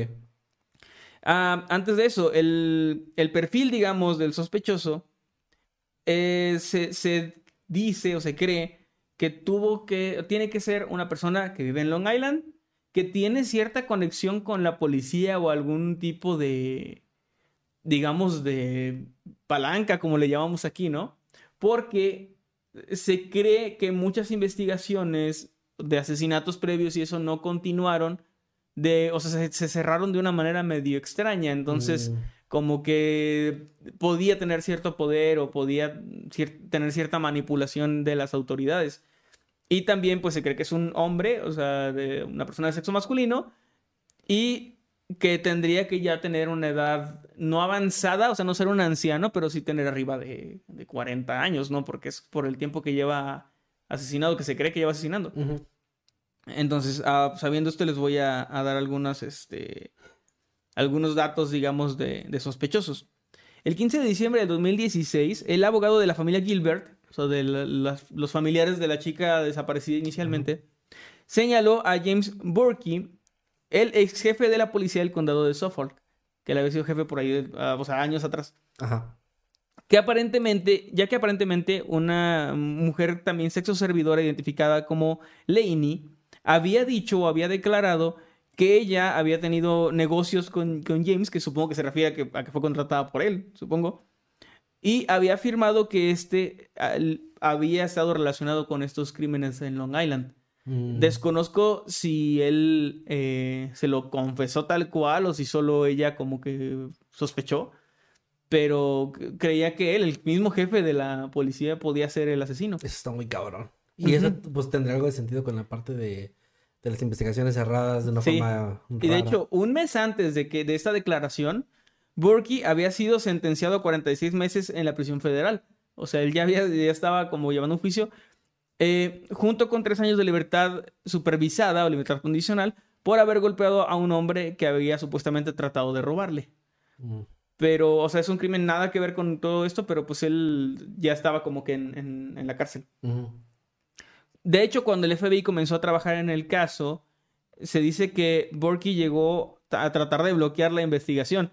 Antes de eso, el perfil, digamos, del sospechoso se dice o se cree que tiene que ser una persona que vive en Long Island, que tiene cierta conexión con la policía o algún tipo de, digamos, de palanca, como le llamamos aquí, ¿no? Porque se cree que muchas investigaciones de asesinatos previos y eso no continuaron, o sea, se cerraron de una manera medio extraña, entonces como que podía tener cierto poder o podía tener cierta manipulación de las autoridades. Y también pues se cree que es un hombre, o sea, de una persona de sexo masculino, y que tendría que ya tener una edad no avanzada, o sea, no ser un anciano, pero sí tener arriba de 40 años, ¿no? Porque es por el tiempo que lleva asesinado, que se cree que lleva asesinando. Ujú. Entonces, sabiendo esto, les voy a dar algunos datos, digamos, de sospechosos. El 15 de diciembre del 2016, el abogado de la familia Gilbert, o sea, de los familiares de la chica desaparecida inicialmente, señaló a James Burkey, el ex jefe de la policía del condado de Suffolk, que él había sido jefe por ahí, o sea, años atrás. Ajá. Que aparentemente una mujer también sexo servidora identificada como Lainey había dicho o había declarado que ella había tenido negocios con James, que supongo que se refiere a que fue contratada por él, supongo, y había afirmado que había estado relacionado con estos crímenes en Long Island. Desconozco si él se lo confesó tal cual o si solo ella como que sospechó, pero creía que él, el mismo jefe de la policía, podía ser el asesino. Eso está muy cabrón. Y eso pues tendría algo de sentido con la parte de las investigaciones cerradas de una Sí. forma Y de rara. hecho, un mes antes de esta declaración, Burkey había sido sentenciado a 46 meses en la prisión federal. O sea, él ya estaba como llevando un juicio, junto con 3 años de libertad supervisada o libertad condicional por haber golpeado a un hombre que había supuestamente tratado de robarle. Mm. Pero, o sea, es un crimen nada que ver con todo esto, pero pues él ya estaba como que en la cárcel. Ujú. De hecho, cuando el FBI comenzó a trabajar en el caso, se dice que Borky llegó a tratar de bloquear la investigación.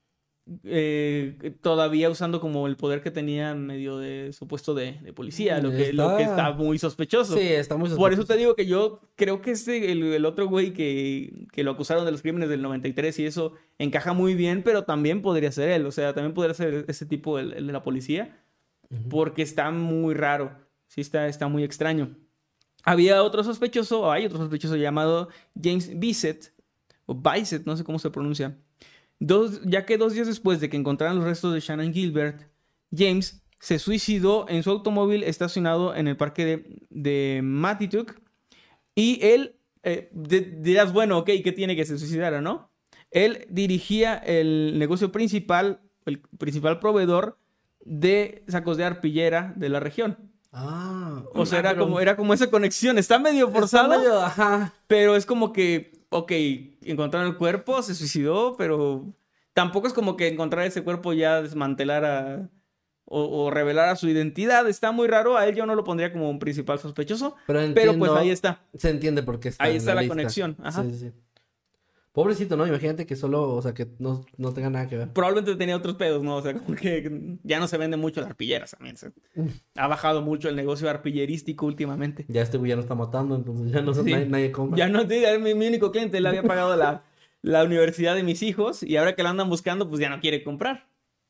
Todavía usando como el poder que tenía medio de su puesto de policía, lo que está muy sospechoso. Sí, está muy sospechoso. Por eso te digo que yo creo que el otro güey que lo acusaron de los crímenes del 93 y eso encaja muy bien, pero también podría ser él. O sea, también podría ser ese tipo, el de la policía, porque está muy raro. Sí, está muy extraño. Había otro sospechoso, o hay otro sospechoso llamado James Bissett, o Bissett, no sé cómo se pronuncia. Ya que 2 días después de que encontraran los restos de Shannon Gilbert, James se suicidó en su automóvil estacionado en el parque de Mattituck. Y él, dirás, bueno, ok, ¿qué tiene que se suicidara, no? Él dirigía el negocio principal, el principal proveedor de sacos de arpillera de la región. O sea, era como esa conexión. Está medio forzado, pero es como que, ok, encontraron el cuerpo, se suicidó, pero tampoco es como que encontrar ese cuerpo ya desmantelara o revelara su identidad. Está muy raro. A él yo no lo pondría como un principal sospechoso, pero pues ahí está. Se entiende por qué está ahí está la lista. conexión. Ajá. Sí. Pobrecito, ¿no? Imagínate que solo, o sea, que no tenga nada que ver. Probablemente tenía otros pedos, ¿no? O sea, como que ya no se vende mucho las arpilleras también. Ha bajado mucho el negocio arpillerístico últimamente. Ya este güey ya no está matando, entonces ya no nadie compra. Ya no, mi único cliente, él había pagado la universidad de mis hijos y ahora que la andan buscando, pues ya no quiere comprar.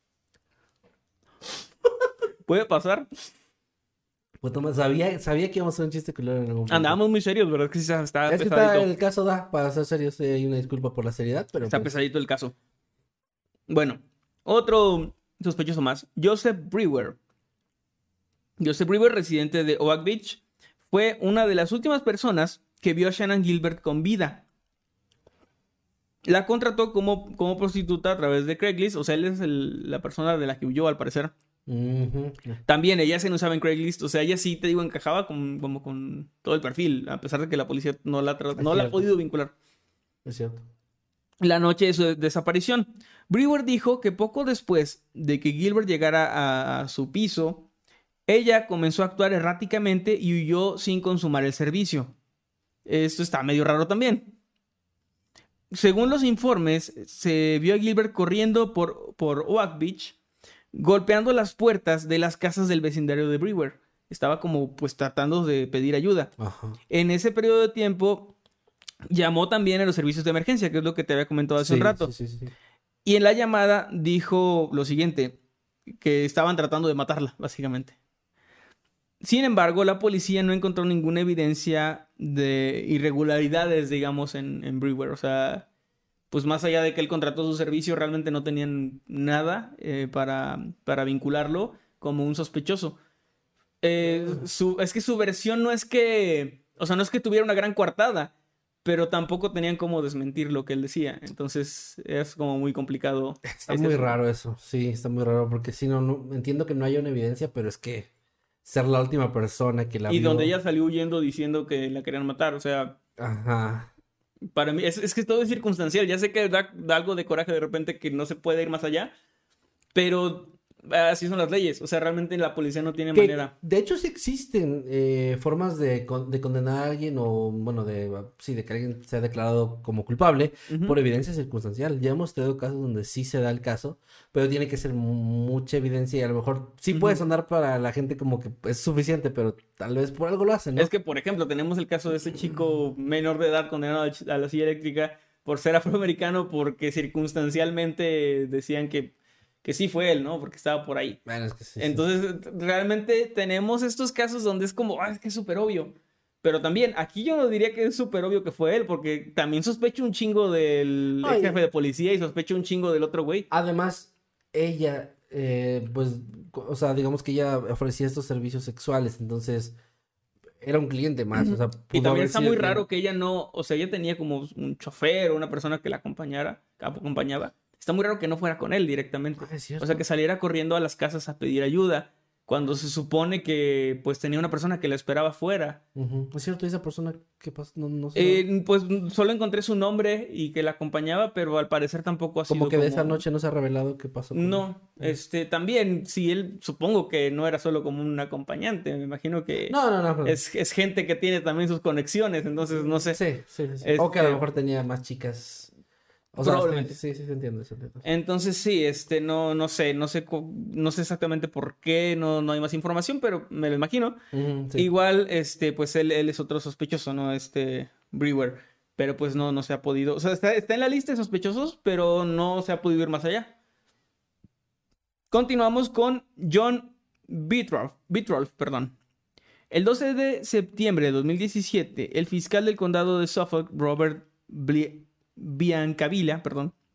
¿Puede pasar? Pues Tomás, sabía que íbamos a hacer un chiste culero en algún momento. Andábamos muy serios, ¿verdad? Que sí está es que pesadito. el caso da para ser serios. Hay una disculpa por la seriedad, pero Está pues... pesadito el caso. Bueno, otro sospechoso más. Joseph Brewer. Joseph Brewer, residente de Oak Beach, fue una de las últimas personas que vio a Shannon Gilbert con vida. La contrató como prostituta a través de Craigslist. O sea, él es la persona de la que huyó, al parecer. También ella se usaba en Craigslist. O sea, ella sí, te digo, encajaba como con todo el perfil, a pesar de que la policía no la ha podido vincular. Es cierto. La noche de su desaparición, Brewer dijo que poco después de que Gilbert llegara a su piso, ella comenzó a actuar erráticamente y huyó sin consumar el servicio. Esto está medio raro también. Según los informes, se vio a Gilbert corriendo por Oak Beach, golpeando las puertas de las casas del vecindario de Brewer. Estaba como pues tratando de pedir ayuda. Ajá. En ese periodo de tiempo llamó también a los servicios de emergencia, que es lo que te había comentado hace un rato. Sí. Y en la llamada dijo lo siguiente, que estaban tratando de matarla, básicamente. Sin embargo, la policía no encontró ninguna evidencia de irregularidades, digamos, en Brewer. O sea, pues más allá de que él contrató su servicio, realmente no tenían nada para vincularlo como un sospechoso. Es que su versión no es que... O sea, no es que tuviera una gran coartada, pero tampoco tenían cómo desmentir lo que él decía. Entonces, es como muy complicado. Está muy raro eso. Sí, está muy raro porque si no, entiendo que no haya una evidencia, pero es que ser la última persona que la vio... Y donde ella salió huyendo diciendo que la querían matar, o sea... Ajá. Para mí, es que todo es circunstancial. Ya sé que da algo de coraje de repente que no se puede ir más allá, pero así son las leyes. O sea, realmente la policía no tiene manera. De hecho, sí existen formas de condenar a alguien o, bueno, de que alguien sea declarado como culpable por evidencia circunstancial. Ya hemos tenido casos donde sí se da el caso, pero tiene que ser mucha evidencia y a lo mejor sí puede sonar para la gente como que es suficiente, pero tal vez por algo lo hacen, ¿no? Es que, por ejemplo, tenemos el caso de ese chico menor de edad condenado a la silla eléctrica por ser afroamericano porque circunstancialmente decían que sí fue él, ¿no? Porque estaba por ahí. Bueno, es que sí. Entonces, realmente tenemos estos casos donde es como, es que es súper obvio. Pero también, aquí yo no diría que es súper obvio que fue él, porque también sospecho un chingo del jefe de policía y sospecho un chingo del otro güey. Además, ella, pues, o sea, digamos que ella ofrecía estos servicios sexuales, entonces era un cliente más, o sea, y también está muy raro que ella no, o sea, ella tenía como un chofer o una persona que la acompañaba. Está muy raro que no fuera con él directamente. Es cierto. O sea, que saliera corriendo a las casas a pedir ayuda. cuando se supone que pues tenía una persona que la esperaba afuera. Es cierto, esa persona, ¿qué pasó? No sé. Pues solo encontré su nombre y que la acompañaba, pero al parecer tampoco ha sido Como que de esa noche no se ha revelado qué pasó con él. No, también, si él, supongo que no era solo como un acompañante, me imagino que No. es gente que tiene también sus conexiones, entonces no sé. Sí. O que a lo mejor tenía más chicas. O sea, Probablemente. sí, entiendo. Entonces sí, no sé exactamente por qué no hay más información, pero me lo imagino. Sí. Igual, pues él es otro sospechoso, ¿no? Brewer, pero pues no se ha podido, o sea, está en la lista de sospechosos, pero no se ha podido ir más allá. Continuamos con John Bitroff, perdón. El 12 de septiembre de 2017, el fiscal del condado de Suffolk, Robert Biancavilla,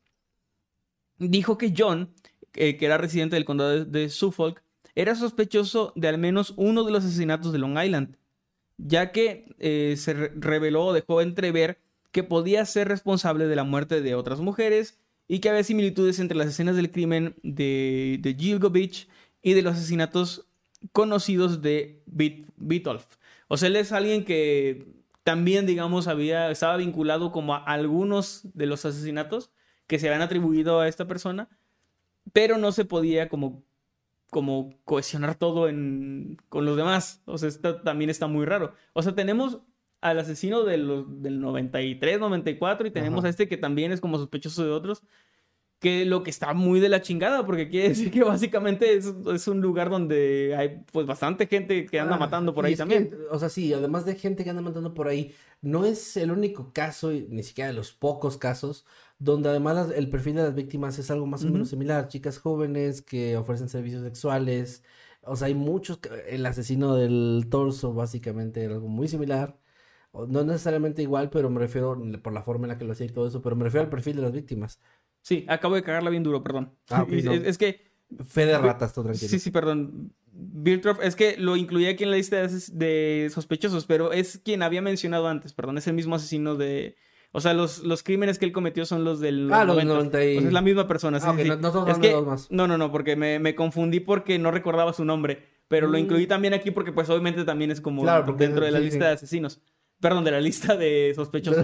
dijo que John, que era residente del condado de Suffolk, era sospechoso de al menos uno de los asesinatos de Long Island, ya que se reveló o dejó entrever que podía ser responsable de la muerte de otras mujeres y que había similitudes entre las escenas del crimen de Gilgo Beach y de los asesinatos conocidos de Bitroff. O sea, él es alguien que también, digamos, estaba vinculado como a algunos de los asesinatos que se habían atribuido a esta persona, pero no se podía como cohesionar todo con los demás. O sea, esto también está muy raro. O sea, tenemos al asesino del 93, 94 y tenemos a este que también es como sospechoso de otros, que lo que está muy de la chingada, porque quiere decir que básicamente es un lugar donde hay pues bastante gente que anda matando por ahí también. O sea, sí, además de gente que anda matando por ahí, no es el único caso, ni siquiera de los pocos casos, donde además el perfil de las víctimas es algo más o menos similar. Chicas jóvenes que ofrecen servicios sexuales. O sea, hay muchos. El asesino del torso básicamente era algo muy similar. No necesariamente igual, pero me refiero por la forma en la que lo hacía y todo eso, pero me refiero al perfil de las víctimas. Sí, acabo de cagarla bien duro, perdón. Okay, no. Es que... Fe de ratas, todo tranquilo. Sí, perdón. Bitroff, es que lo incluí aquí en la lista de sospechosos, pero es quien había mencionado antes, perdón. Es el mismo asesino de... O sea, los crímenes que él cometió son los del... los 90 y... O sea, es la misma persona. Sí, okay, sí. No estamos es hablando de que... dos más. No, porque me confundí porque no recordaba su nombre. Pero lo incluí también aquí porque pues obviamente también es como dentro de la lista de asesinos. Perdón, de la lista de sospechosos.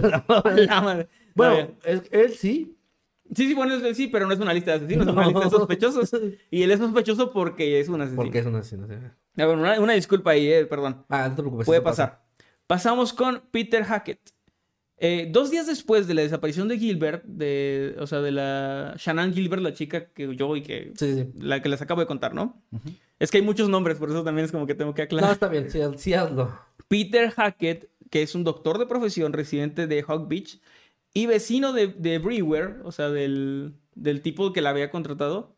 Bueno, él sí. Sí, bueno, sí, pero no es una lista de asesinos, es una lista de sospechosos. Y él es sospechoso porque es un asesino. Porque es un asesino, sí. Bueno, una disculpa ahí, perdón. No te preocupes. Puede pasar. Pasamos con Peter Hackett. 2 días después de la desaparición de Gilbert, de la Shanann Gilbert, la chica que yo y que... Sí. La que les acabo de contar, ¿no? Es que hay muchos nombres, por eso también es como que tengo que aclarar. No, está bien, sí hazlo. Peter Hackett, que es un doctor de profesión residente de Hawk Beach y vecino de Brewer, o sea, del tipo que la había contratado,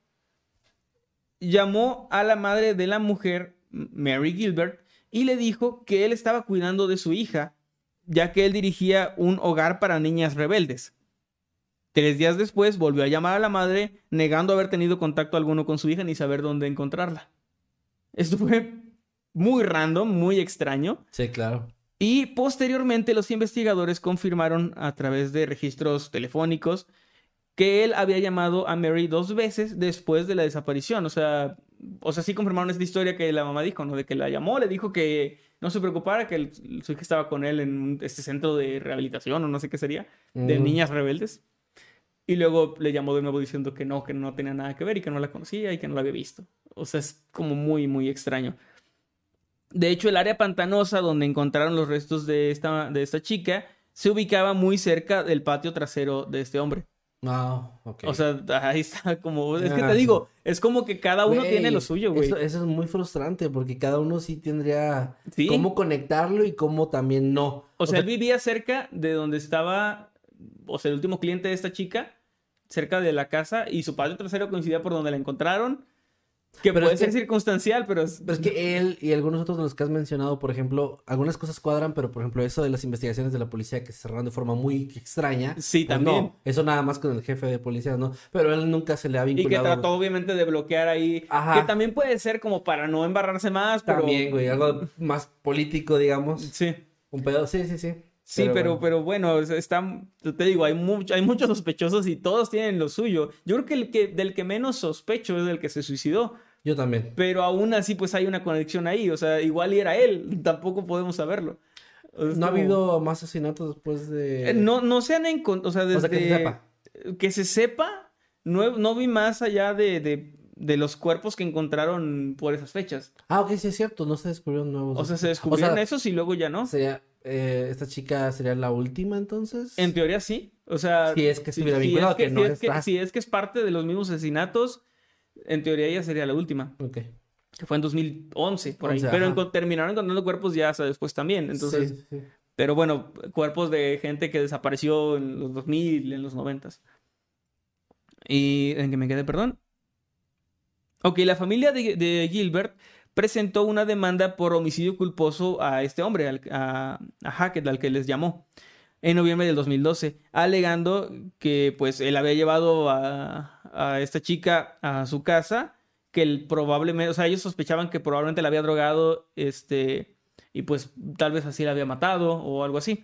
llamó a la madre de la mujer, Mary Gilbert, y le dijo que él estaba cuidando de su hija, ya que él dirigía un hogar para niñas rebeldes. 3 días después volvió a llamar a la madre, negando haber tenido contacto alguno con su hija ni saber dónde encontrarla. Esto fue muy random, muy extraño. Sí, claro. Y posteriormente los investigadores confirmaron a través de registros telefónicos que él había llamado a Mary 2 veces después de la desaparición. O sea, sí confirmaron esta historia que la mamá dijo, ¿no? De que la llamó, le dijo que no se preocupara, que su hija estaba con él en este centro de rehabilitación o no sé qué sería, de niñas rebeldes. Y luego le llamó de nuevo diciendo que no tenía nada que ver y que no la conocía y que no la había visto. O sea, es como muy, muy extraño. De hecho, el área pantanosa donde encontraron los restos de esta chica se ubicaba muy cerca del patio trasero de este hombre. No, ok. O sea, ahí está como... Es que te digo, es como que cada uno tiene lo suyo, güey. Eso es muy frustrante porque cada uno sí tendría ¿Sí? cómo conectarlo y cómo también no. O sea, él vivía cerca de donde estaba, o sea, el último cliente de esta chica, cerca de la casa, y su patio trasero coincidía por donde la encontraron. Que pero puede ser circunstancial, pero es... Pero es que él y algunos otros de los que has mencionado, por ejemplo, algunas cosas cuadran, pero por ejemplo eso de las investigaciones de la policía que se cerraron de forma muy extraña. Sí, pues también. No, eso nada más con el jefe de policía, ¿no? Pero él nunca se le ha vinculado. Y que trató obviamente de bloquear ahí. Ajá. Que también puede ser como para no embarrarse más, pero... También, güey, algo más político, digamos. Sí. Un pedo, sí. Sí, pero bueno, te digo, hay muchos sospechosos y todos tienen lo suyo. Yo creo que del que menos sospecho es del que se suicidó, Yo también. pero aún así pues hay una conexión ahí, o sea, igual y era él, tampoco podemos saberlo. Es ¿No ha como- habido más asesinatos después de...? No se han encontrado, o sea, desde... O sea, que se sepa. Que se sepa, no vi más allá de los cuerpos que encontraron por esas fechas. Ah, ok, sí es cierto, no se descubrieron nuevos. O sea, se descubrieron O sea, esos y luego ya no. sería, esta chica sería la última entonces. En teoría sí. O sea, Si es que estuviera vinculado, que no está. si es que es parte de los mismos asesinatos, en teoría ella sería la última. Ok. Que fue en 2011, por ahí. 11, Pero ajá. terminaron encontrando cuerpos ya hasta después también. Entonces, Sí, sí. pero bueno, cuerpos de gente que desapareció en los 2000, en los 90. ¿Y en que me quedé, perdón? Ok, la familia de Gilbert presentó una demanda por homicidio culposo a este hombre, a Hackett, al que les llamó, en noviembre del 2012, alegando que pues él había llevado a esta chica a su casa, que él probablemente, o sea, ellos sospechaban que probablemente la había drogado, y pues tal vez así la había matado o algo así.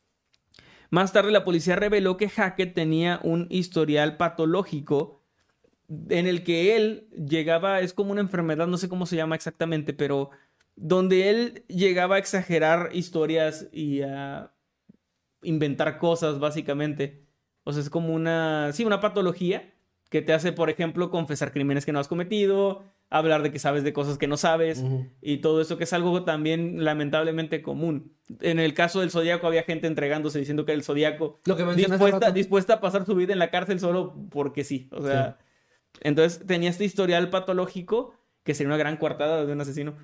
Más tarde la policía reveló que Hackett tenía un historial patológico en el que él llegaba, es como una enfermedad, no sé cómo se llama exactamente, pero donde él llegaba a exagerar historias y a inventar cosas, básicamente. O sea, es como una patología que te hace, por ejemplo, confesar crímenes que no has cometido, hablar de que sabes de cosas que no sabes, Ujú. y todo eso que es algo también lamentablemente común. En el caso del Zodíaco había gente entregándose diciendo que era el Zodíaco, Lo que mencioné hace rato. dispuesta a pasar su vida en la cárcel solo porque sí. O sea, entonces tenía este historial patológico que sería una gran coartada de un asesino.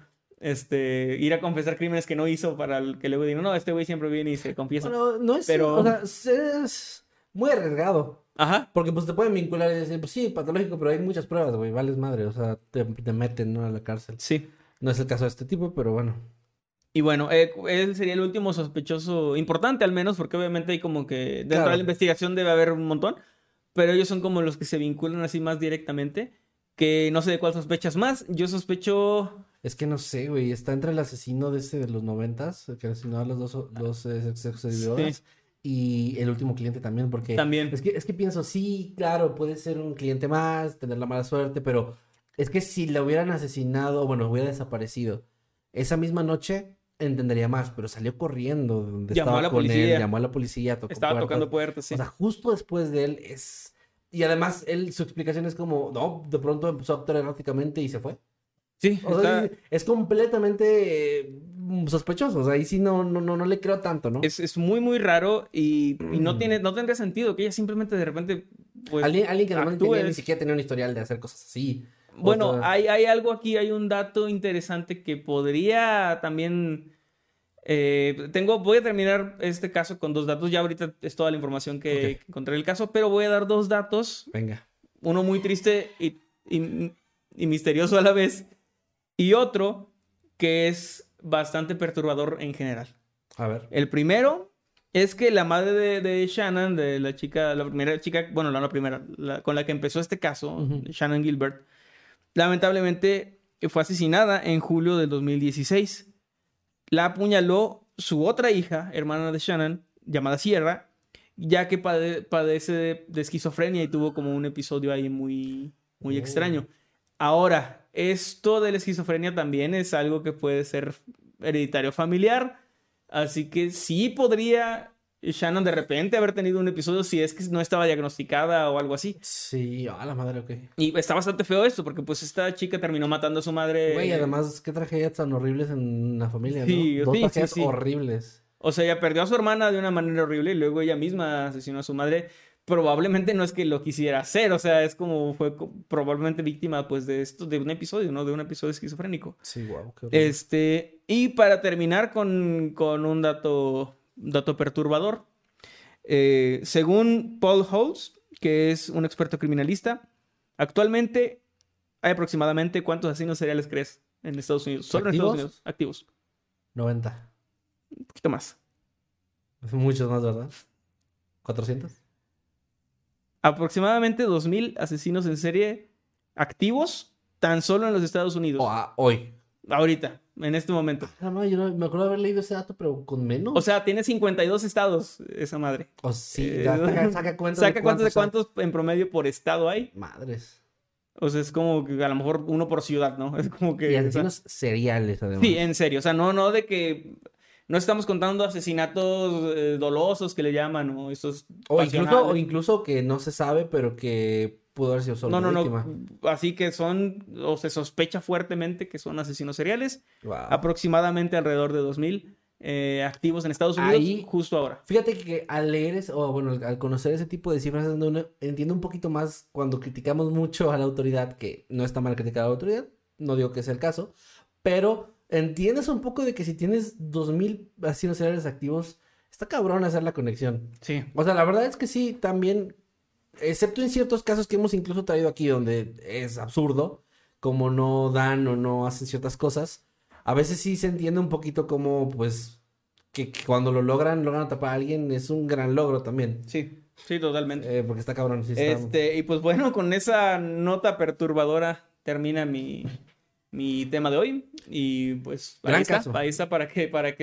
Ir a confesar crímenes que no hizo para el que luego digan, no, este güey siempre viene y se confiesa. Bueno, no es... Pero- O sea, es muy arriesgado. Ajá. Porque pues te pueden vincular y decir, pues sí, patológico, pero hay muchas pruebas, güey, vales madre. O sea, te meten, ¿no?, a la cárcel. Sí. No es el caso de este tipo, pero bueno. Y bueno, él sería el último sospechoso importante al menos, porque obviamente hay como que dentro Claro. de la investigación debe haber un montón, pero ellos son como los que se vinculan así más directamente, que no sé de cuál sospechas más. Yo sospecho... Es que no sé, güey, está entre el asesino de de los 90s, el que asesinó a los dos seguidoras, Sí. y el último cliente también, porque... También. Es que pienso, sí, claro, puede ser un cliente más, tener la mala suerte, pero es que si la hubieran asesinado, bueno, hubiera desaparecido esa misma noche, entendería más, pero salió corriendo de donde Llamó estaba a la con policía. él, llamó a la policía, tocó Estaba puertas. tocando puertas, sí. O sea, justo después de él es... Y además, su explicación es como, no, de pronto empezó a actuar erráticamente y se fue. Sí, O sea, es completamente sospechoso. O sea, ahí sí no le creo tanto, ¿no? es muy, muy raro y no tendría sentido que ella simplemente de repente, pues, Alguien que no actúe. ni siquiera tenía un historial de hacer cosas así. O Bueno, sea, hay algo aquí, hay un dato interesante que podría también... voy a terminar este caso con 2 datos. Ya ahorita es toda la información que Ok. encontré en el caso, pero voy a dar 2 datos. Venga. Uno muy triste y misterioso a la vez. Y otro que es bastante perturbador en general. A ver. El primero es que la madre de Shannon, de la chica, la primera chica, bueno, no la primera, con la que empezó este caso, Ujú. Shannon Gilbert, lamentablemente fue asesinada en julio del 2016. La apuñaló su otra hija, hermana de Shannon, llamada Sierra, ya que padece de esquizofrenia y tuvo como un episodio ahí muy, muy Oh. extraño. Ahora, esto de la esquizofrenia también es algo que puede ser hereditario familiar, así que sí podría Shannon de repente haber tenido un episodio si es que no estaba diagnosticada o algo así. Sí, a la madre, ok. Y está bastante feo esto, porque pues esta chica terminó matando a su madre. Güey, además, qué tragedias tan horribles en la familia, Sí, ¿no? Dos sí, tragedias sí. horribles. O sea, ella perdió a su hermana de una manera horrible y luego ella misma asesinó a su madre. Probablemente no es que lo quisiera hacer, o sea, es como fue probablemente víctima pues de esto, de un episodio, ¿no? De un episodio esquizofrénico. Sí, wow, qué horrible. Y para terminar con un dato perturbador. Según Paul Holtz, que es un experto criminalista, actualmente hay aproximadamente ¿cuántos asesinos seriales crees en Estados Unidos? Solo en Estados ¿Activos? Unidos, activos. 90. Un poquito más. Muchos más, ¿verdad? ¿400? Aproximadamente 2,000 asesinos en serie activos tan solo en los Estados Unidos. Hoy. Ahorita, en este momento. Ah, no, yo no, me acuerdo de haber leído ese dato, pero con menos. O sea, tiene 52 estados esa madre. O sí, Eh, saca cuenta Saca cuántos son. en promedio por estado hay. Madres. O sea, es como que a lo mejor uno por ciudad, ¿no? Es como que... Y o sea, asesinos seriales, además. sí, en serio. O sea, no de que... No estamos contando asesinatos dolosos que le llaman, o esos O pasionales. incluso que no se sabe, pero que pudo haber sido solo No, una no, víctima. no. Así que son, o se sospecha fuertemente que son asesinos seriales. Wow. Aproximadamente alrededor de 2000 activos en Estados Unidos Ahí- justo ahora. Fíjate que al leer o bueno, al conocer ese tipo de cifras, entiendo un poquito más cuando criticamos mucho a la autoridad, que no está mal criticar a la autoridad, no digo que sea el caso, pero entiendes un poco de que si tienes 2000 asesinos seriales activos, está cabrón hacer la conexión. Sí. O sea, la verdad es que sí, también, excepto en ciertos casos que hemos incluso traído aquí donde es absurdo, como no dan o no hacen ciertas cosas, a veces sí se entiende un poquito como, pues, que cuando logran atrapar a alguien es un gran logro también. Sí, sí, totalmente. Porque está cabrón, sí está... Y pues bueno, con esa nota perturbadora termina mi tema de hoy. Y pues Gran caso. ahí está para que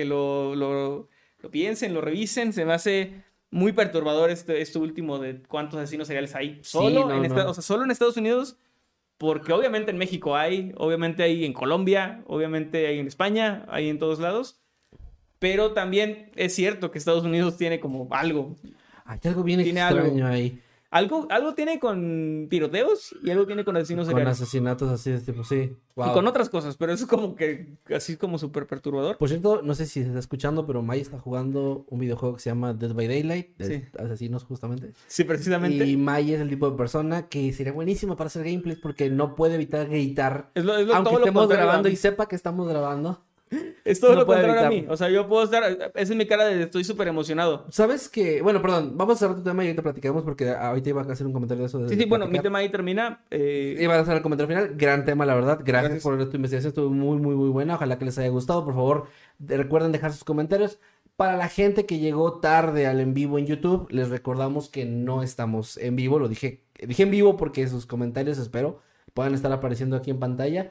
lo piensen, lo revisen. Se me hace muy perturbador este último de cuántos asesinos seriales hay. Solo, no, no. O sea, solo en Estados Unidos, porque obviamente en México hay, obviamente hay en Colombia, obviamente hay en España, hay en todos lados. Pero también es cierto que Estados Unidos tiene como algo. Hay algo bien Tiene extraño ahí. Algo tiene con tiroteos y algo tiene con asesinos Con seriales. asesinatos así de tipo, sí. Wow. Y con otras cosas, pero eso es como que así como súper perturbador. Por cierto, no sé si se está escuchando, pero May está jugando un videojuego que se llama Dead by Daylight, de Sí. asesinos justamente. Sí, precisamente. Y May es el tipo de persona que sería buenísima para hacer gameplays porque no puede evitar gritar. Es Aunque todo lo estemos contrario grabando a mí. y sepa que estamos grabando. Es todo no lo puede contrario a mí. evitarlo. O sea, yo puedo estar... Esa es mi cara de estoy súper emocionado. ¿Sabes qué? Bueno, perdón, vamos a cerrar tu tema y ahorita platicamos porque ahorita iba a hacer un comentario de eso. Sí, bueno, mi tema ahí termina. Iba a hacer el comentario final. Gran tema, la verdad. Gracias Gracias. por tu investigación. Estuvo muy, muy, muy buena. Ojalá que les haya gustado. Por favor, recuerden dejar sus comentarios. Para la gente que llegó tarde al en vivo en YouTube, les recordamos que no estamos en vivo. Lo dije en vivo porque sus comentarios, espero, puedan estar apareciendo aquí en pantalla.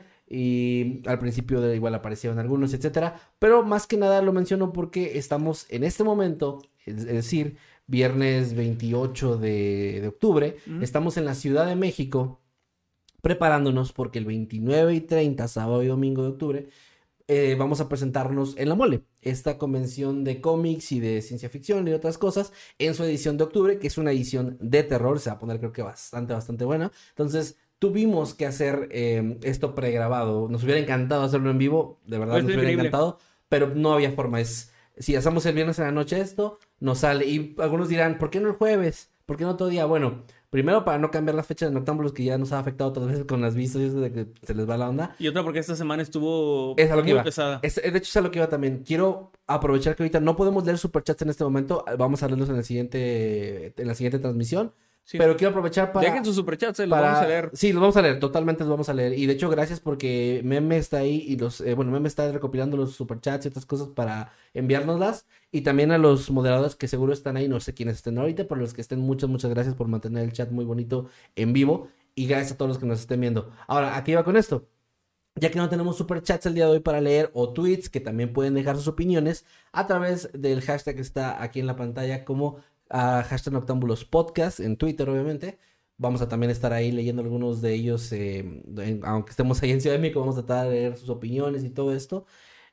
Y al principio igual aparecieron algunos, etcétera. Pero más que nada lo menciono porque estamos en este momento, es decir, viernes 28 de octubre. Estamos en la Ciudad de México preparándonos porque el 29 y 30, sábado y domingo de octubre, vamos a presentarnos en La Mole, esta convención de cómics y de ciencia ficción y otras cosas, en su edición de octubre, que es una edición de terror. Se va a poner creo que bastante buena. Entonces tuvimos que hacer esto pregrabado. Nos hubiera encantado hacerlo en vivo, de verdad Pues nos es hubiera increíble. encantado, pero no había forma. Si hacemos el viernes en la noche esto, nos sale. Y algunos dirán, ¿por qué no el jueves? ¿Por qué no otro día? Bueno, primero para no cambiar la fecha de Noctámbulos, que ya nos ha afectado otras veces con las vistas y eso de que se les va la onda. Y otra porque esta semana estuvo Es a lo que muy iba. pesada. De hecho, es a lo que iba también. Quiero aprovechar que ahorita no podemos leer superchats en este momento. Vamos a leerlos en la siguiente transmisión. Sí. Pero quiero aprovechar para... Dejen sus superchats, los vamos a leer. Sí, los vamos a leer, totalmente los vamos a leer. Y de hecho, gracias porque Meme está ahí y Meme está recopilando los superchats y otras cosas para enviárnoslas. Y también a los moderadores que seguro están ahí, no sé quiénes estén ahorita, pero los que estén, muchas gracias por mantener el chat muy bonito en vivo. Y gracias a todos los que nos estén viendo. Ahora, aquí va con esto. Ya que no tenemos superchats el día de hoy para leer o tweets, que también pueden dejar sus opiniones a través del hashtag que está aquí en la pantalla como hashtag Noctámbulos Podcast en Twitter, obviamente. Vamos a también estar ahí leyendo algunos de ellos, aunque estemos ahí en Ciudad de México, vamos a tratar de leer sus opiniones y todo esto.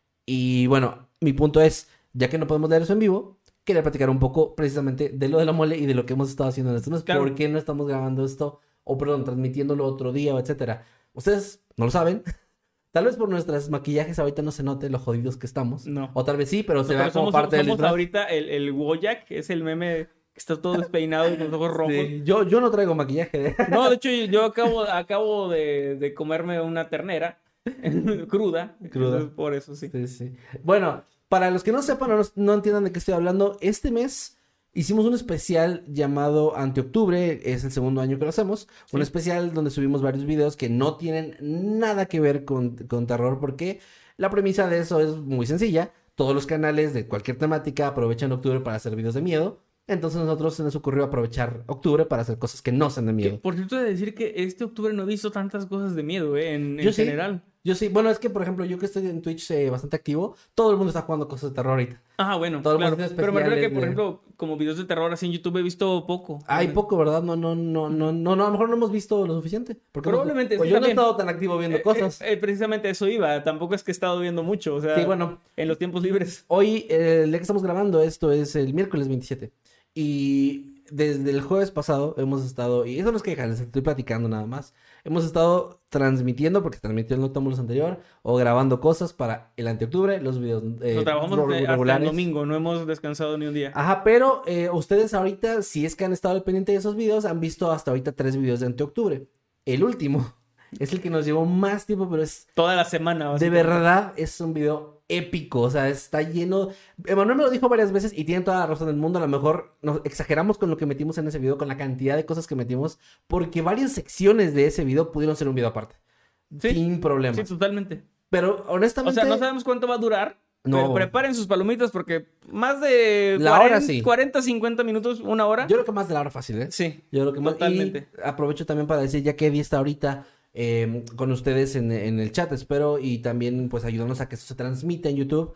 Y bueno, mi punto es, ya que no podemos leer eso en vivo, quería platicar un poco precisamente de lo de La Mole y de lo que hemos estado haciendo en estos meses. Claro. ¿Por qué no estamos grabando esto? O perdón, transmitiéndolo otro día o etcétera. Ustedes no lo saben. Tal vez por nuestros maquillajes ahorita no se note lo jodidos que estamos. No. O tal vez sí, pero se vea Nosotros como parte del somos disfraz. ahorita el Wojak, que es el meme que está todo despeinado y con los ojos rojos. Sí, yo no traigo maquillaje. No, de hecho, yo acabo de comerme una ternera cruda. Cruda. Entonces, por eso sí. Sí, sí. Bueno, para los que no sepan o no entiendan de qué estoy hablando, este mes hicimos un especial llamado Antioctubre, es el segundo año que lo hacemos. Un especial donde subimos varios videos que no tienen nada que ver con terror, porque la premisa de eso es muy sencilla. Todos los canales de cualquier temática aprovechan octubre para hacer videos de miedo. Entonces a nosotros se nos ocurrió aprovechar octubre para hacer cosas que no sean de Que, miedo. por cierto, he de decir que este octubre no he visto tantas cosas de miedo, en Yo sí. general. Yo sí, bueno, es que por ejemplo, yo que estoy en Twitch bastante activo, todo el mundo está jugando cosas de terror ahorita. Ajá, bueno, Todo el claro. mundo tiene Pero me refiero que, por especiales ejemplo, como videos de terror así en YouTube he visto poco. Hay poco, ¿verdad? No, a lo mejor no hemos visto lo suficiente. Porque Probablemente, pues sí, yo no he también. estado tan activo viendo cosas. Precisamente eso iba. Tampoco es que he estado viendo mucho. O sea, Sí, bueno. en los tiempos libres. Hoy, el día que estamos grabando esto es el miércoles 27. Y desde el jueves pasado hemos estado, y eso no es queja, les estoy platicando nada más. Hemos estado transmitiendo, porque se transmitió el Noctámbulos anterior, o grabando cosas para el anteoctubre, los videos Lo trabajamos hasta el domingo. No hemos descansado ni un día. Ajá, pero ustedes ahorita, si es que han estado al pendiente de esos videos, han visto hasta ahorita 3 videos de anteoctubre. El último es el que nos llevó más tiempo, pero es... Toda la semana. De básicamente. verdad, es un video épico, o sea, está lleno... Emanuel me lo dijo varias veces y tiene toda la razón del mundo, a lo mejor nos exageramos con lo que metimos en ese video, con la cantidad de cosas que metimos, porque varias secciones de ese video pudieron ser un video aparte, Sí. sin problemas. Sí, totalmente. Pero honestamente... O sea, no sabemos cuánto va a durar. No. Pero preparen sus palomitas porque más de La hora, sí. 40, 50 minutos, una hora. Yo creo que más de la hora fácil, ¿eh? Sí, Yo creo que más. totalmente. Y aprovecho también para decir, ya que Eddie está ahorita con ustedes en el chat, espero, y también pues ayudarnos a que esto se transmita en YouTube.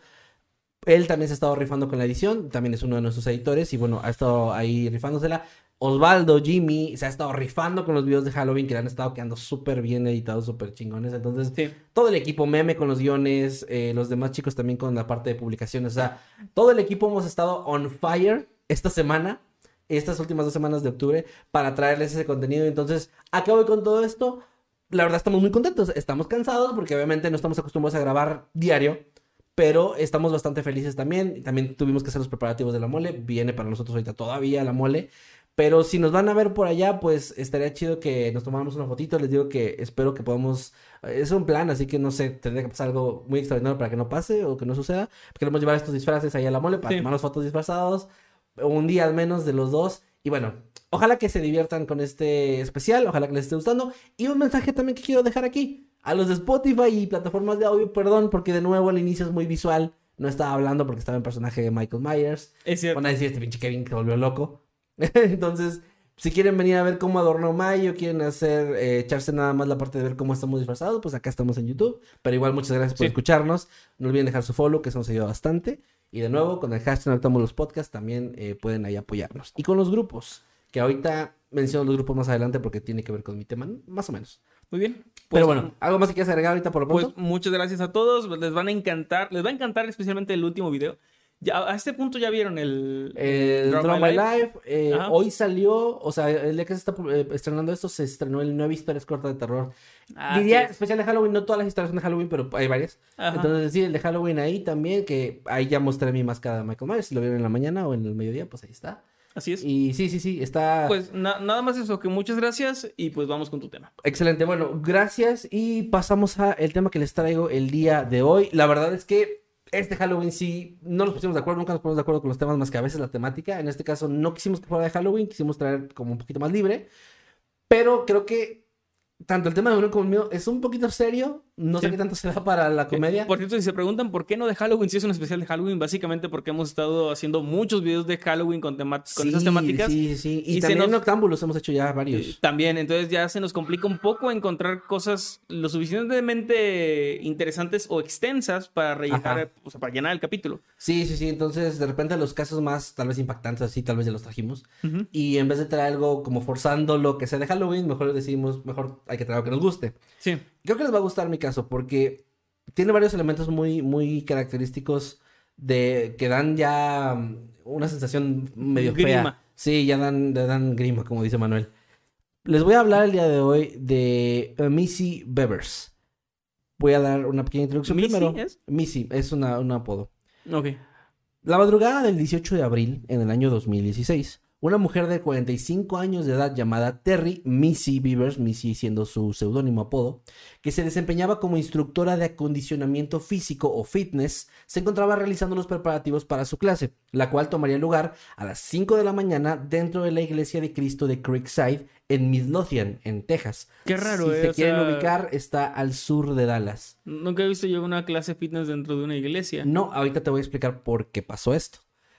Él también se ha estado rifando con la edición, también es uno de nuestros editores y bueno, ha estado ahí rifándosela. Osvaldo, Jimmy, se ha estado rifando con los videos de Halloween que le han estado quedando súper bien editados, súper chingones. Entonces, Sí. todo el equipo, Meme con los guiones, los demás chicos también con la parte de publicaciones. O sea, todo el equipo hemos estado on fire esta semana, estas últimas 2 semanas de octubre, para traerles ese contenido. Entonces, acá voy con todo esto. La verdad, estamos muy contentos. Estamos cansados porque obviamente no estamos acostumbrados a grabar diario. Pero estamos bastante felices también. También tuvimos que hacer los preparativos de la mole. Viene para nosotros ahorita todavía la mole. Pero si nos van a ver por allá, pues estaría chido que nos tomáramos una fotito. Les digo que espero que podamos... Es un plan, así que no sé, tendría que pasar algo muy extraordinario para que no pase o que no suceda. Queremos llevar estos disfraces ahí a la mole para Sí. tomarnos fotos disfrazados. Un día al menos de los dos. Y bueno, ojalá que se diviertan con este especial. Ojalá que les esté gustando. Y un mensaje también que quiero dejar aquí. A los de Spotify y plataformas de audio, perdón, porque de nuevo al inicio es muy visual. No estaba hablando porque estaba en personaje de Michael Myers. Es cierto. Van a decir, este pinche Kevin que se volvió loco. Entonces, si quieren venir a ver cómo adornó Mayo, quieren hacer, echarse nada más la parte de ver cómo estamos disfrazados, pues acá estamos en YouTube. Pero igual, muchas gracias por Sí. escucharnos. No olviden dejar su follow, que eso nos ayuda bastante. Y de nuevo, con el hashtag Noctámbulos los podcasts también pueden ahí apoyarnos. Y con los grupos, que ahorita menciono los grupos más adelante porque tiene que ver con mi tema, más o menos. Muy bien. Pero bueno, ¿algo más que quieras agregar ahorita por lo pronto? Pues muchas gracias a todos. Les van a encantar. Les va a encantar especialmente el último video. Ya, a este punto ya vieron el Drama My Life, Ajá. hoy salió, o sea, el día que se está estrenando esto, se estrenó el 9 historias cortas de terror. Ah, Diría sí. especial de Halloween, no todas las historias son de Halloween, pero hay varias. Ajá. Entonces, sí, el de Halloween ahí también, que ahí ya mostré mi máscara de Michael Myers. Si lo vieron en la mañana o en el mediodía, pues ahí está. Así es. Y sí, está Pues nada más eso, que muchas gracias y pues vamos con tu tema. excelente. Bueno, gracias y pasamos a el tema que les traigo el día de hoy. La verdad es que este Halloween sí, no nos pusimos de acuerdo, nunca nos ponemos de acuerdo con los temas más que a veces la temática. En este caso no quisimos que fuera de Halloween, quisimos traer como un poquito más libre. Pero creo que tanto el tema de uno como el mío es un poquito serio. No sé Sí. qué tanto se da para la comedia. Por cierto, si se preguntan por qué no de Halloween, si es un especial de Halloween, básicamente porque hemos estado haciendo muchos videos de Halloween con esas temáticas. Sí. Y Y se también nos- Noctámbulos hemos hecho ya varios. También, entonces ya se nos complica un poco encontrar cosas lo suficientemente interesantes o extensas para Ajá. rellenar, o sea, para llenar el capítulo. Sí. Entonces, de repente los casos más tal vez impactantes así, tal vez ya los trajimos. Ujú. Y en vez de traer algo como forzando lo que sea de Halloween, mejor decidimos, mejor hay que traer algo que nos guste. Sí, Creo que les va a gustar mi caso porque tiene varios elementos muy, muy característicos de que dan ya una sensación medio fea. Grima. Sí, ya dan grima, como dice Manuel. Les voy a hablar el día de hoy de Missy Bevers. Voy a dar una pequeña introducción ¿Missy primero. es? Missy, es un apodo. ok. La madrugada del 18 de abril, en el año 2016, una mujer de 45 años de edad llamada Terry Missy Bevers, Missy siendo su seudónimo apodo, que se desempeñaba como instructora de acondicionamiento físico o fitness, se encontraba realizando los preparativos para su clase, la cual tomaría lugar a las 5 de la mañana dentro de la iglesia de Cristo de Creekside en Midlothian, en Texas. Qué raro, Si se o quieren sea- ubicar, está al sur de Dallas. Nunca he visto yo una clase fitness dentro de una iglesia. No, ahorita te voy a explicar por qué pasó esto.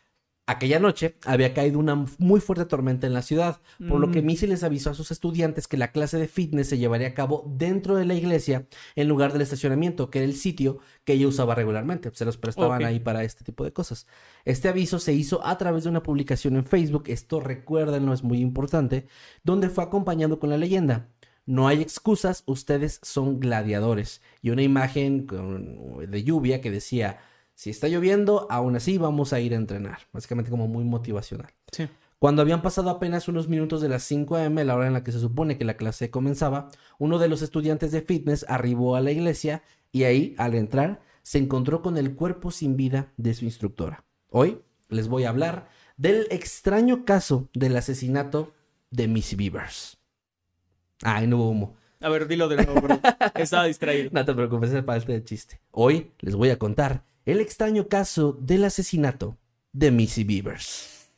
Aquella noche había caído una muy fuerte tormenta en la ciudad, por lo que Missy les avisó a sus estudiantes que la clase de fitness se llevaría a cabo dentro de la iglesia en lugar del estacionamiento, que era el sitio que ella usaba regularmente. Se los prestaban ahí para este tipo de cosas. Este aviso se hizo a través de una publicación en Facebook, esto recuérdenlo, es muy importante, donde fue acompañado con la leyenda: no hay excusas, ustedes son gladiadores. Y una imagen de lluvia que decía: si está lloviendo, aún así vamos a ir a entrenar. Básicamente como muy motivacional. Sí. Cuando habían pasado apenas unos minutos de las 5 a.m., la hora en la que se supone que la clase comenzaba, uno de los estudiantes de fitness arribó a la iglesia y ahí, al entrar, se encontró con el cuerpo sin vida de su instructora. Hoy les voy a hablar del extraño caso del asesinato de Missy Bevers. Ay, no hubo humo. A ver, dilo de nuevo, bro. Estaba distraído. No te preocupes, es parte del chiste. Hoy les voy a contar el extraño caso del asesinato de Missy Bevers.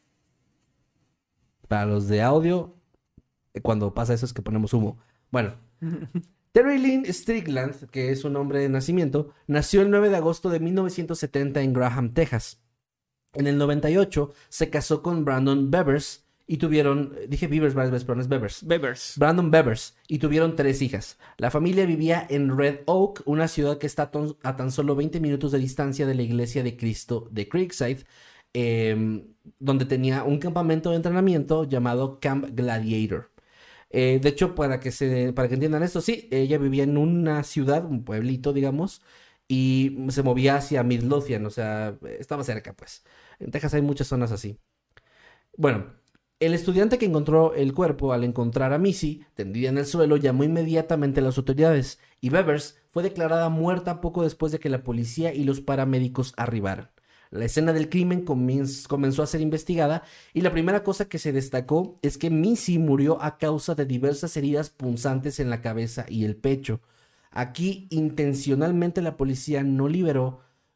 Para los de audio, cuando pasa eso es que ponemos humo. Bueno, Terry Lynn Strickland, que es su nombre de nacimiento, nació el 9 de agosto de 1970 en Graham, Texas. En el 98 se casó con Brandon Bevers y tuvieron, dije Bevers varias veces, pero no es Bevers. Bevers. Brandon Bevers, y tuvieron 3 hijas. La familia vivía en Red Oak, una ciudad que está a tan solo 20 minutos de distancia de la iglesia de Cristo de Creekside, donde tenía un campamento de entrenamiento llamado Camp Gladiator. De hecho, para que entiendan esto, sí, ella vivía en una ciudad, un pueblito, digamos, y se movía hacia Midlothian, o sea, estaba cerca, pues. En Texas hay muchas zonas así. Bueno, el estudiante que encontró el cuerpo al encontrar a Missy tendida en el suelo llamó inmediatamente a las autoridades y Bevers fue declarada muerta poco después de que la policía y los paramédicos arribaran. La escena del crimen comenzó a ser investigada y la primera cosa que se destacó es que Missy murió a causa de diversas heridas punzantes en la cabeza y el pecho. Aquí intencionalmente la policía no liberó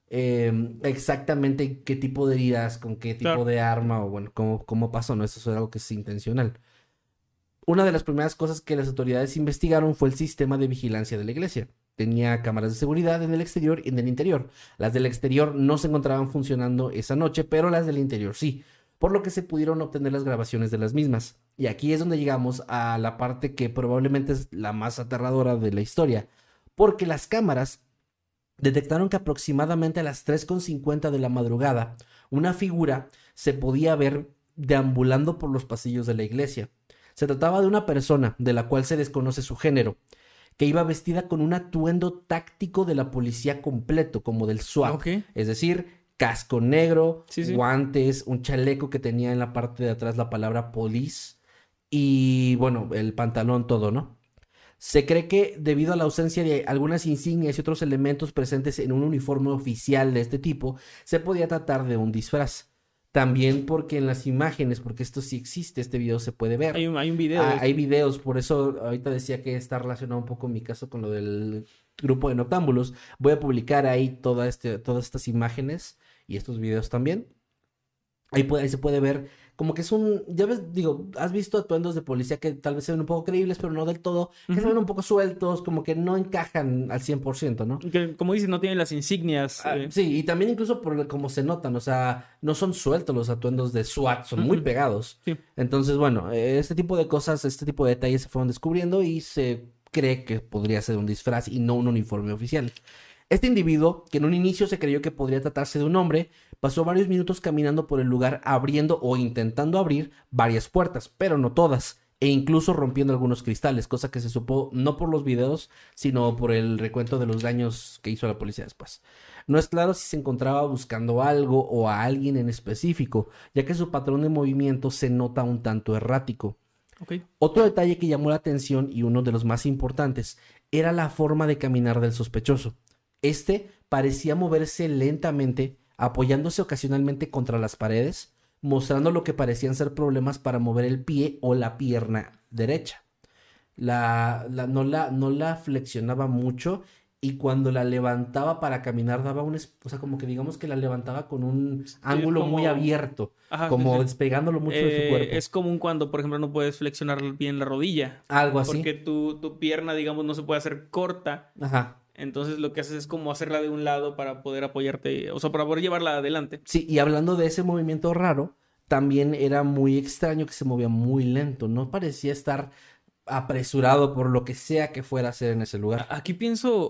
exactamente qué tipo de heridas, con qué tipo de arma o bueno, cómo pasó, ¿no? Eso es algo que es intencional. Una de las primeras cosas que las autoridades investigaron fue el sistema de vigilancia de la iglesia. Tenía cámaras de seguridad en el exterior y en el interior. Las del exterior no se encontraban funcionando esa noche, pero las del interior sí, por lo que se pudieron obtener las grabaciones de las mismas. Y aquí es donde llegamos a la parte que probablemente es la más aterradora de la historia, porque las cámaras detectaron que aproximadamente a las 3:50 de la madrugada, una figura se podía ver deambulando por los pasillos de la iglesia. Se trataba de una persona de la cual se desconoce su género, que iba vestida con un atuendo táctico de la policía completo, como del SWAT. Okay. Es decir, casco negro, sí. guantes, un chaleco que tenía en la parte de atrás la palabra police y, bueno, el pantalón, todo, ¿no? Se cree que debido a la ausencia de algunas insignias y otros elementos presentes en un uniforme oficial de este tipo, se podía tratar de un disfraz. También porque en las imágenes, porque esto sí existe, este video se puede ver. Hay un video. Hay videos, por eso ahorita decía que está relacionado un poco en mi caso con lo del grupo de noctámbulos. Voy a publicar ahí todas estas imágenes y estos videos también. Ahí se puede ver como que es ya ves, digo, has visto atuendos de policía que tal vez se ven un poco creíbles, pero no del todo, que se ven un poco sueltos, como que no encajan al 100%, ¿no? Que, como dices, no tienen las insignias. Sí, y también incluso por cómo se notan, o sea, no son sueltos los atuendos de SWAT, son muy pegados. Sí. Entonces, bueno, este tipo de cosas, este tipo de detalles se fueron descubriendo y se cree que podría ser un disfraz y no un uniforme oficial. Este individuo, que en un inicio se creyó que podría tratarse de un hombre, pasó varios minutos caminando por el lugar abriendo o intentando abrir varias puertas, pero no todas, e incluso rompiendo algunos cristales, cosa que se supo no por los videos, sino por el recuento de los daños que hizo la policía después. No es claro si se encontraba buscando algo o a alguien en específico, ya que su patrón de movimiento se nota un tanto errático. Okay. Otro detalle que llamó la atención y uno de los más importantes era la forma de caminar del sospechoso. Este parecía moverse lentamente, apoyándose ocasionalmente contra las paredes, mostrando lo que parecían ser problemas para mover el pie o la pierna derecha. No la flexionaba mucho y cuando la levantaba para caminar daba o sea, como que digamos que la levantaba con un ángulo muy abierto, como despegándolo mucho de su cuerpo. Es común cuando, por ejemplo, no puedes flexionar bien la rodilla. Algo así. Porque tu pierna, digamos, no se puede hacer corta. Ajá. Entonces lo que haces es como hacerla de un lado para poder apoyarte, o sea, para poder llevarla adelante. Sí, y hablando de ese movimiento raro, también era muy extraño que se movía muy lento. No parecía estar apresurado por lo que sea que fuera a hacer en ese lugar. Aquí pienso,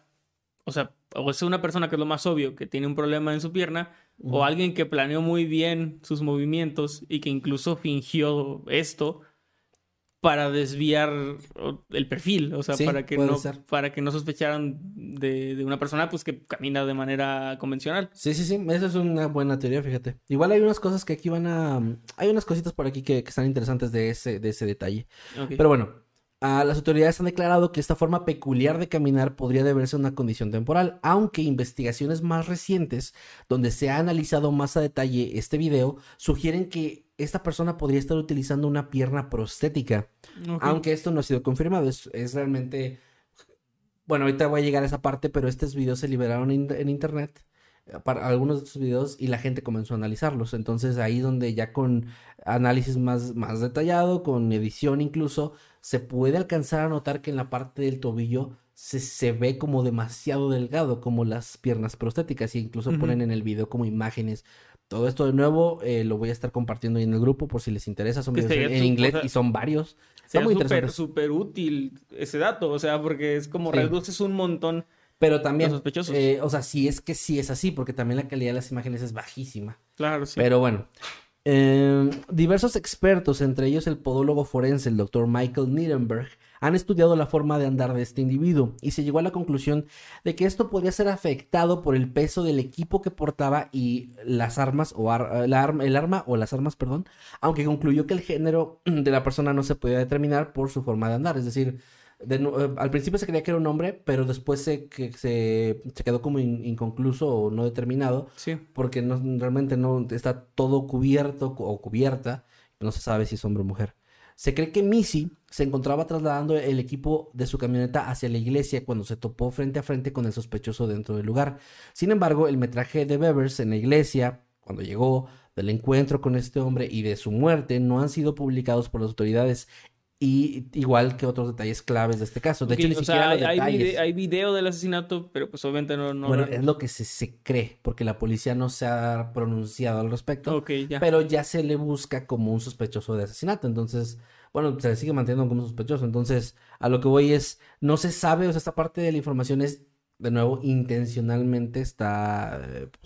o es una persona que es lo más obvio, que tiene un problema en su pierna, o alguien que planeó muy bien sus movimientos y que incluso fingió esto para desviar el perfil, o sea, Sí, para puede ser. que no sospecharan de una persona pues que camina de manera convencional. Sí, esa es una buena teoría, fíjate. Igual hay unas cosas que aquí hay unas cositas por aquí que están interesantes de ese detalle. Ok. Pero bueno, las autoridades han declarado que esta forma peculiar de caminar podría deberse a una condición temporal, aunque investigaciones más recientes, donde se ha analizado más a detalle este video, sugieren que esta persona podría estar utilizando una pierna prostética, Ok. aunque esto no ha sido confirmado. Es realmente... Bueno, ahorita voy a llegar a esa parte, pero estos videos se liberaron en internet, para algunos de estos videos, y la gente comenzó a analizarlos. Entonces ahí donde ya con análisis más detallado, con edición incluso, se puede alcanzar a notar que en la parte del tobillo se ve como demasiado delgado, como las piernas prostéticas, y incluso ponen en el video como imágenes. Todo esto de nuevo lo voy a estar compartiendo ahí en el grupo por si les interesa. Son Que videos sería en inglés, o sea, y son varios. Son Sería muy súper, interesantes. súper útil ese dato, o sea, porque es como Sí. reduces un montón Pero también, los sospechosos. o sea, sí es que sí es así, porque también la calidad de las imágenes es bajísima. Claro, sí. Pero bueno, diversos expertos, entre ellos el podólogo forense, el doctor Michael Nirenberg, han estudiado la forma de andar de este individuo y se llegó a la conclusión de que esto podría ser afectado por el peso del equipo que portaba y las armas el arma o las armas, perdón, aunque concluyó que el género de la persona no se podía determinar por su forma de andar. Es decir, al principio se creía que era un hombre, pero después se quedó como inconcluso o no determinado, Sí. porque realmente no está todo cubierto o cubierta, no se sabe si es hombre o mujer. Se cree que Missy se encontraba trasladando el equipo de su camioneta hacia la iglesia cuando se topó frente a frente con el sospechoso dentro del lugar. Sin embargo, el metraje de Bevers en la iglesia, cuando llegó, del encuentro con este hombre y de su muerte, no han sido publicados por las autoridades. Y igual que otros detalles claves de este caso. De Ok, hecho, ni o siquiera sea, los detalles. hay video del asesinato, pero pues obviamente no. Bueno, es lo que se cree, porque la policía no se ha pronunciado al respecto. Ok, ya. Pero ya se le busca como un sospechoso de asesinato. Entonces, bueno, se le sigue manteniendo como sospechoso. Entonces, a lo que voy es, no se sabe, o sea, esta parte de la información es, de nuevo, intencionalmente está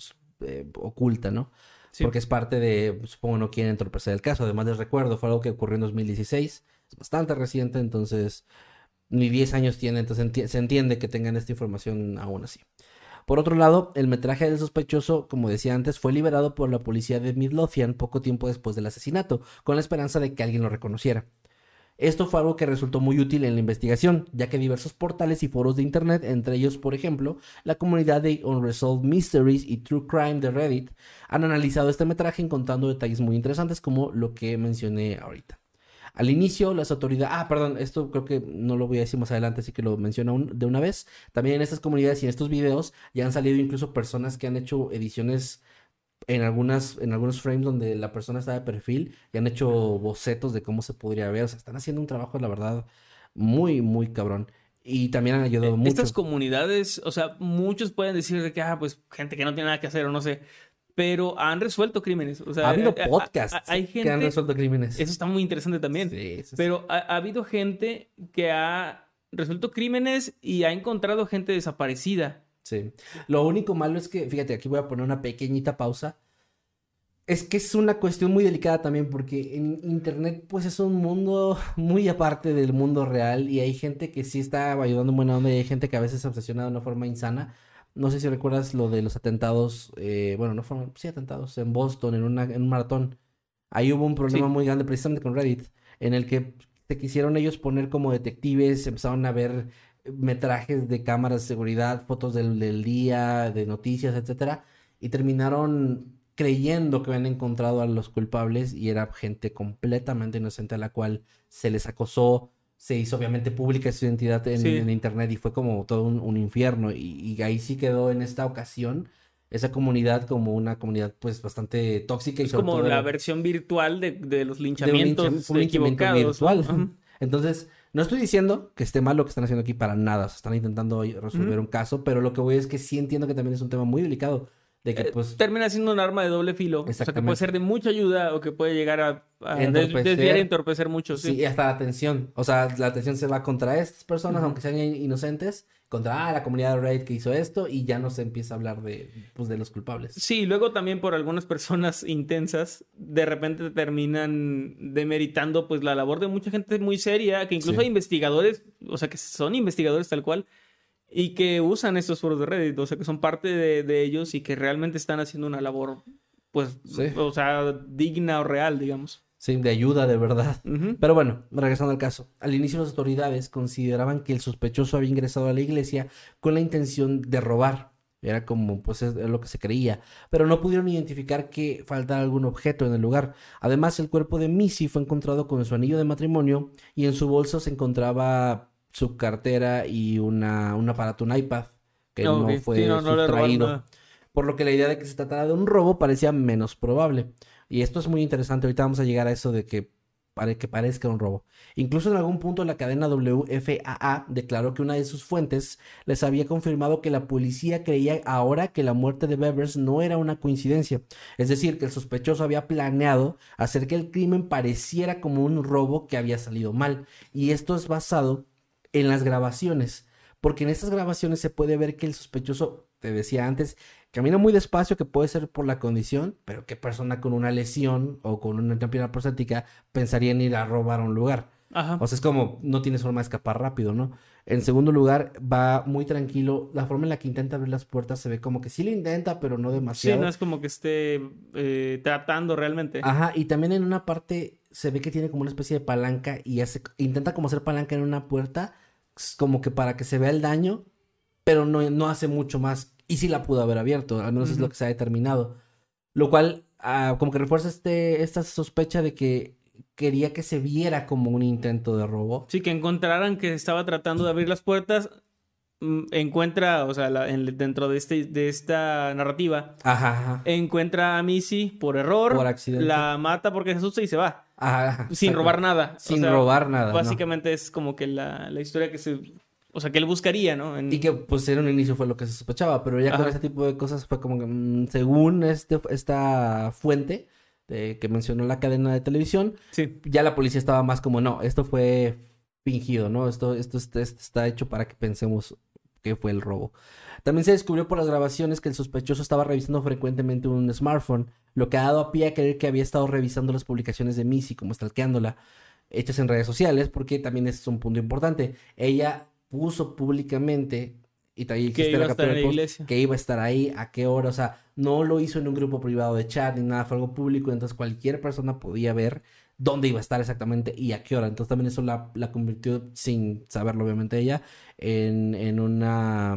oculta, ¿no? Sí. Porque es parte de, supongo, no quieren entorpecer el caso. Además, les recuerdo, fue algo que ocurrió en 2016. Es bastante reciente, entonces ni 10 años tiene, entonces se entiende que tengan esta información aún así. Por otro lado, el metraje del sospechoso, como decía antes, fue liberado por la policía de Midlothian poco tiempo después del asesinato, con la esperanza de que alguien lo reconociera. Esto fue algo que resultó muy útil en la investigación, ya que diversos portales y foros de internet, entre ellos, por ejemplo, la comunidad de Unresolved Mysteries y True Crime de Reddit, han analizado este metraje encontrando detalles muy interesantes como lo que mencioné ahorita. Al inicio, las autoridades... perdón, esto creo que no lo voy a decir más adelante, así que lo menciono de una vez. También en estas comunidades y en estos videos ya han salido incluso personas que han hecho ediciones en algunos frames donde la persona está de perfil y han hecho bocetos de cómo se podría ver. O sea, están haciendo un trabajo, la verdad, muy, muy cabrón. Y también han ayudado mucho. Estas comunidades, o sea, muchos pueden decir de que, pues, gente que no tiene nada que hacer o no sé... Pero han resuelto crímenes. O sea, Ha habido podcasts hay gente, que han resuelto crímenes. Eso está muy interesante también. Sí. Pero ha habido gente que ha resuelto crímenes y ha encontrado gente desaparecida. Sí. Lo único malo es que, fíjate, aquí voy a poner una pequeñita pausa. Es que es una cuestión muy delicada también porque en internet pues es un mundo muy aparte del mundo real y hay gente que sí está ayudando en buena onda y hay gente que a veces se obsesiona de una forma insana. No sé si recuerdas lo de los atentados, atentados en Boston, en un maratón. Ahí hubo un problema muy grande precisamente con Reddit, en el que se quisieron ellos poner como detectives, empezaron a ver metrajes de cámaras de seguridad, fotos del día, de noticias, etcétera, y terminaron creyendo que habían encontrado a los culpables y era gente completamente inocente a la cual se les acosó. Se hizo obviamente pública su identidad en internet y fue como todo un infierno. Y ahí sí quedó en esta ocasión esa comunidad como una comunidad pues bastante tóxica. Y Es como la versión virtual de los linchamientos un linchamiento equivocados. virtual. Uh-huh. Entonces No estoy diciendo que esté mal lo que están haciendo aquí para nada. O sea, están intentando resolver un caso, pero lo que voy es que sí entiendo que también es un tema muy delicado. De que, pues, termina siendo un arma de doble filo. O sea, que puede ser de mucha ayuda o que puede llegar a desviar y entorpecer mucho. Sí, y hasta la atención. O sea, la atención se va contra estas personas, aunque sean inocentes, contra la comunidad de Reddit que hizo esto, y ya no se empieza a hablar de los culpables. Sí, luego también por algunas personas intensas, de repente terminan demeritando pues la labor de mucha gente muy seria, que incluso hay investigadores, o sea, que son investigadores tal cual, y que usan estos foros de Reddit, o sea, que son parte de ellos y que realmente están haciendo una labor, pues, o sea, digna o real, digamos. Sí, de ayuda, de verdad. Pero bueno, regresando al caso. Al inicio las autoridades consideraban que el sospechoso había ingresado a la iglesia con la intención de robar. Era como, pues, es lo que se creía. Pero no pudieron identificar que faltara algún objeto en el lugar. Además, el cuerpo de Missy fue encontrado con su anillo de matrimonio y en su bolso se encontraba su cartera y un aparato, un iPad, que no fue sustraído. Por lo que la idea de que se tratara de un robo parecía menos probable. Y esto es muy interesante. Ahorita vamos a llegar a eso de que parezca un robo. Incluso en algún punto la cadena WFAA declaró que una de sus fuentes les había confirmado que la policía creía ahora que la muerte de Bevers no era una coincidencia. Es decir, que el sospechoso había planeado hacer que el crimen pareciera como un robo que había salido mal. Y esto es basado en las grabaciones. Porque en estas grabaciones se puede ver que el sospechoso, te decía antes, camina muy despacio, que puede ser por la condición, pero ¿qué persona con una lesión o con una pierna prostática pensaría en ir a robar a un lugar? Ajá. O sea, es como, no tienes forma de escapar rápido, ¿no? En segundo lugar, va muy tranquilo. La forma en la que intenta abrir las puertas se ve como que sí lo intenta, pero no demasiado. Sí, no es como que esté tratando realmente. Ajá, y también en una parte se ve que tiene como una especie de palanca y intenta como hacer palanca en una puerta, como que para que se vea el daño, pero no hace mucho más. Y sí la pudo haber abierto, al menos es lo que se ha determinado. Lo cual como que refuerza esta sospecha de que quería que se viera como un intento de robo. Sí, que encontraran que estaba tratando de abrir las puertas. Encuentra, o sea, dentro de esta narrativa, encuentra a Missy por error, por accidente, la mata porque se asusta y se va. Sin robar nada. Sin robar nada. Básicamente es como que la historia o sea, que él buscaría, ¿no? Y que, pues, en un inicio fue lo que se sospechaba, pero ya con este tipo de cosas fue como que, según esta fuente que mencionó la cadena de televisión, ya la policía estaba más como, no, esto fue fingido, ¿no? Esto está hecho para que pensemos que fue el robo. También se descubrió por las grabaciones que el sospechoso estaba revisando frecuentemente un smartphone, lo que ha dado a pie a creer que había estado revisando las publicaciones de Missy, como stalkeándola, hechas en redes sociales, porque también es un punto importante. Ella puso públicamente y también que iba a estar en la iglesia, que iba a estar ahí, a qué hora, o sea, no lo hizo en un grupo privado de chat ni nada, fue algo público, entonces cualquier persona podía ver dónde iba a estar exactamente y a qué hora. Entonces también eso la convirtió, sin saberlo obviamente ella, en una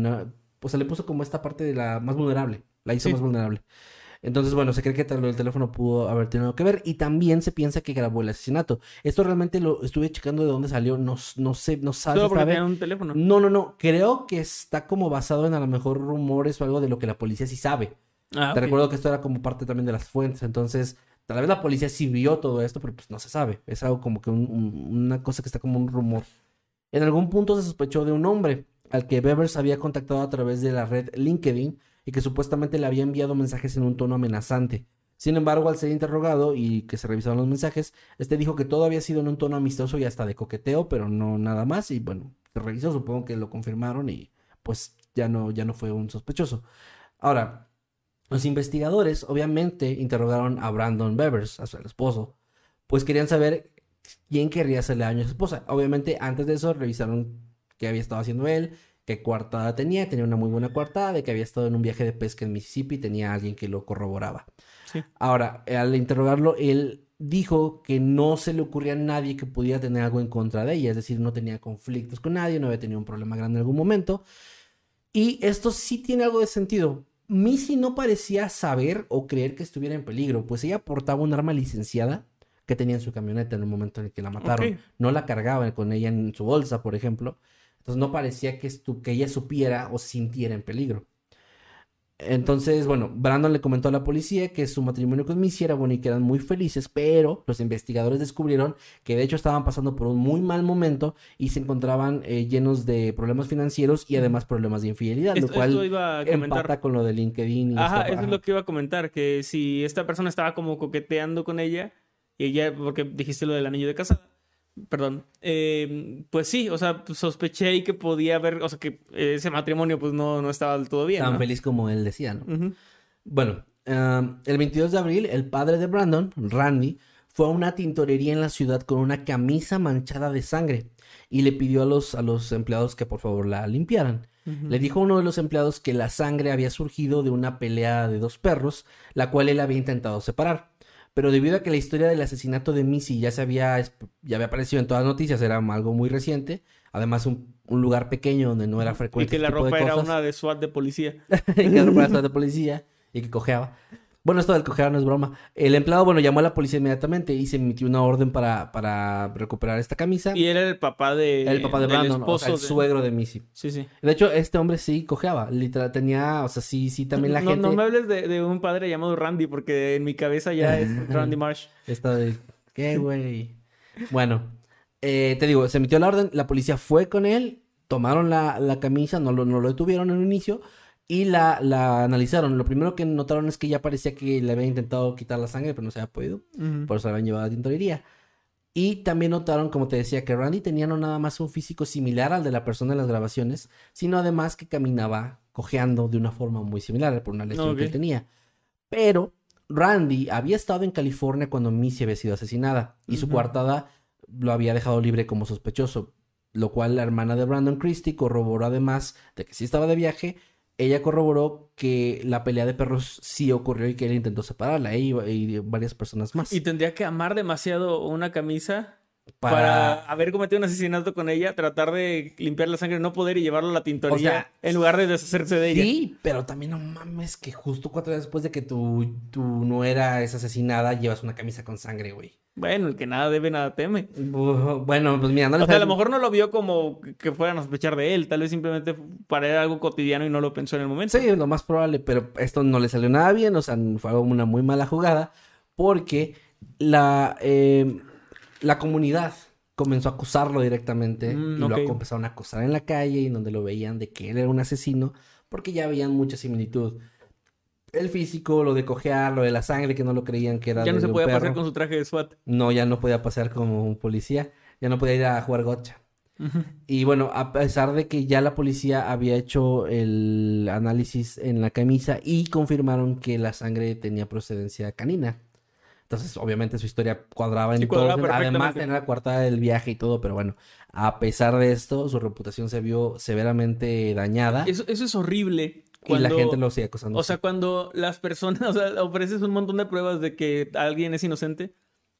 pues se le puso como esta parte de la más vulnerable, la hizo más vulnerable. Entonces, bueno, se cree que el teléfono pudo haber tenido que ver y también se piensa que grabó el asesinato. Esto realmente lo estuve checando de dónde salió, no sé, no sabe. Solo porque tenía un teléfono. No, creo que está como basado en a lo mejor rumores o algo de lo que la policía sí sabe. Te recuerdo que esto era como parte también de las fuentes, entonces tal vez la policía sí vio todo esto, pero pues no se sabe. Es algo como que una cosa que está como un rumor. En algún punto se sospechó de un hombre al que Bevers había contactado a través de la red LinkedIn y que supuestamente le había enviado mensajes en un tono amenazante. Sin embargo, al ser interrogado y que se revisaron los mensajes, dijo que todo había sido en un tono amistoso y hasta de coqueteo, pero no nada más. Y bueno, se revisó, supongo que lo confirmaron y pues ya no fue un sospechoso. Ahora, los investigadores obviamente interrogaron a Brandon Bevers, a su esposo, pues querían saber quién querría hacerle daño a su esposa. Obviamente, antes de eso, revisaron qué había estado haciendo él, qué coartada tenía una muy buena coartada, de que había estado en un viaje de pesca en Mississippi, tenía alguien que lo corroboraba. Sí. Ahora, al interrogarlo, él dijo que no se le ocurría a nadie que pudiera tener algo en contra de ella, es decir, no tenía conflictos con nadie, no había tenido un problema grande en algún momento. Y esto sí tiene algo de sentido. Missy no parecía saber o creer que estuviera en peligro, pues ella portaba un arma licenciada que tenía en su camioneta en el momento en el que la mataron. No la cargaba con ella en su bolsa, por ejemplo. Entonces no parecía que ella supiera o sintiera en peligro. Entonces, bueno, Brandon le comentó a la policía que su matrimonio con Missy era bueno y que eran muy felices, pero los investigadores descubrieron que de hecho estaban pasando por un muy mal momento y se encontraban llenos de problemas financieros y además problemas de infidelidad, lo cual esto iba a comentar. empata con lo de LinkedIn. Y Ajá, esto. eso es lo que iba a comentar, que si esta persona estaba como coqueteando con ella, y ella, porque dijiste lo del anillo de casada, perdón, pues sí, o sea, pues sospeché y que podía haber, o sea, que ese matrimonio pues no estaba del todo bien, Tan ¿no? feliz como él decía, ¿no? Ujú. Bueno, el 22 de abril, el padre de Brandon, Randy, fue a una tintorería en la ciudad con una camisa manchada de sangre y le pidió a los empleados que por favor la limpiaran. Le dijo a uno de los empleados que la sangre había surgido de una pelea de dos perros, la cual él había intentado separar. Pero debido a que la historia del asesinato de Missy ya había aparecido en todas las noticias, era algo muy reciente, además un lugar pequeño donde no era Y frecuente que la este tipo de ropa era cosas. una de SWAT de policía. Y que la ropa era de policía y que cojeaba. Bueno, esto del cojear no es broma. El empleado, bueno, llamó a la policía inmediatamente y se emitió una orden para recuperar esta camisa. Y él era el papá de... El papá de del Brandon, o esposo sea, el suegro de Missy. Sí, sí. De hecho, este hombre sí cojeaba. Literal, tenía, o sea, sí, también la no, gente... no me hables de un padre llamado Randy, porque en mi cabeza ya es Randy Marsh. Esta de... ¿Qué, güey? Bueno, te digo, se emitió la orden, la policía fue con él, tomaron la camisa, no lo detuvieron en un inicio y la analizaron. Lo primero que notaron es que ya parecía que le había intentado quitar la sangre, pero no se había podido. Por eso la habían llevado a la tintorería. Y también notaron, como te decía, que Randy tenía no nada más un físico similar al de la persona en las grabaciones, sino además que caminaba cojeando de una forma muy similar por una lesión que él tenía. Pero Randy había estado en California cuando Missy había sido asesinada y su coartada lo había dejado libre como sospechoso, lo cual la hermana de Brandon, Christie, corroboró además de que sí estaba de viaje. Ella corroboró que la pelea de perros sí ocurrió y que él intentó separarla, y varias personas más. Y tendría que amar demasiado una camisa para haber cometido un asesinato con ella, tratar de limpiar la sangre, no poder y llevarlo a la tintorería, O sea, en lugar de deshacerse de ella. Sí, pero también no mames que justo 4 días después de que tu nuera es asesinada, llevas una camisa con sangre, güey. Bueno, el que nada debe, nada teme. Bueno, pues mira, no O le sea, a sale- lo mejor no lo vio como que fueran a sospechar de él. Tal vez simplemente para él era algo cotidiano y no lo pensó en el momento. Sí, lo más probable, pero esto no le salió nada bien, o sea, fue una muy mala jugada, porque la comunidad comenzó a acusarlo directamente y lo ok. empezaron a acosar en la calle y en donde lo veían de que él era un asesino, porque ya veían mucha similitud. El físico, lo de cojear, lo de la sangre, que no lo creían que era Ya no de se un podía pasar perro. con su traje de SWAT. No, ya no podía pasar como un policía, ya no podía ir a jugar gotcha. Y bueno, a pesar de que ya la policía había hecho el análisis en la camisa y confirmaron que la sangre tenía procedencia canina. Entonces, obviamente su historia cuadraba en Sí, cuadraba todo. Además, perfectamente. tenía la coartada del viaje y todo, pero bueno, a pesar de esto, su reputación se vio severamente dañada Eso es horrible. y la Cuando- gente lo sigue acosando. O sea, cuando las personas, o sea, ofreces un montón de pruebas de que alguien es inocente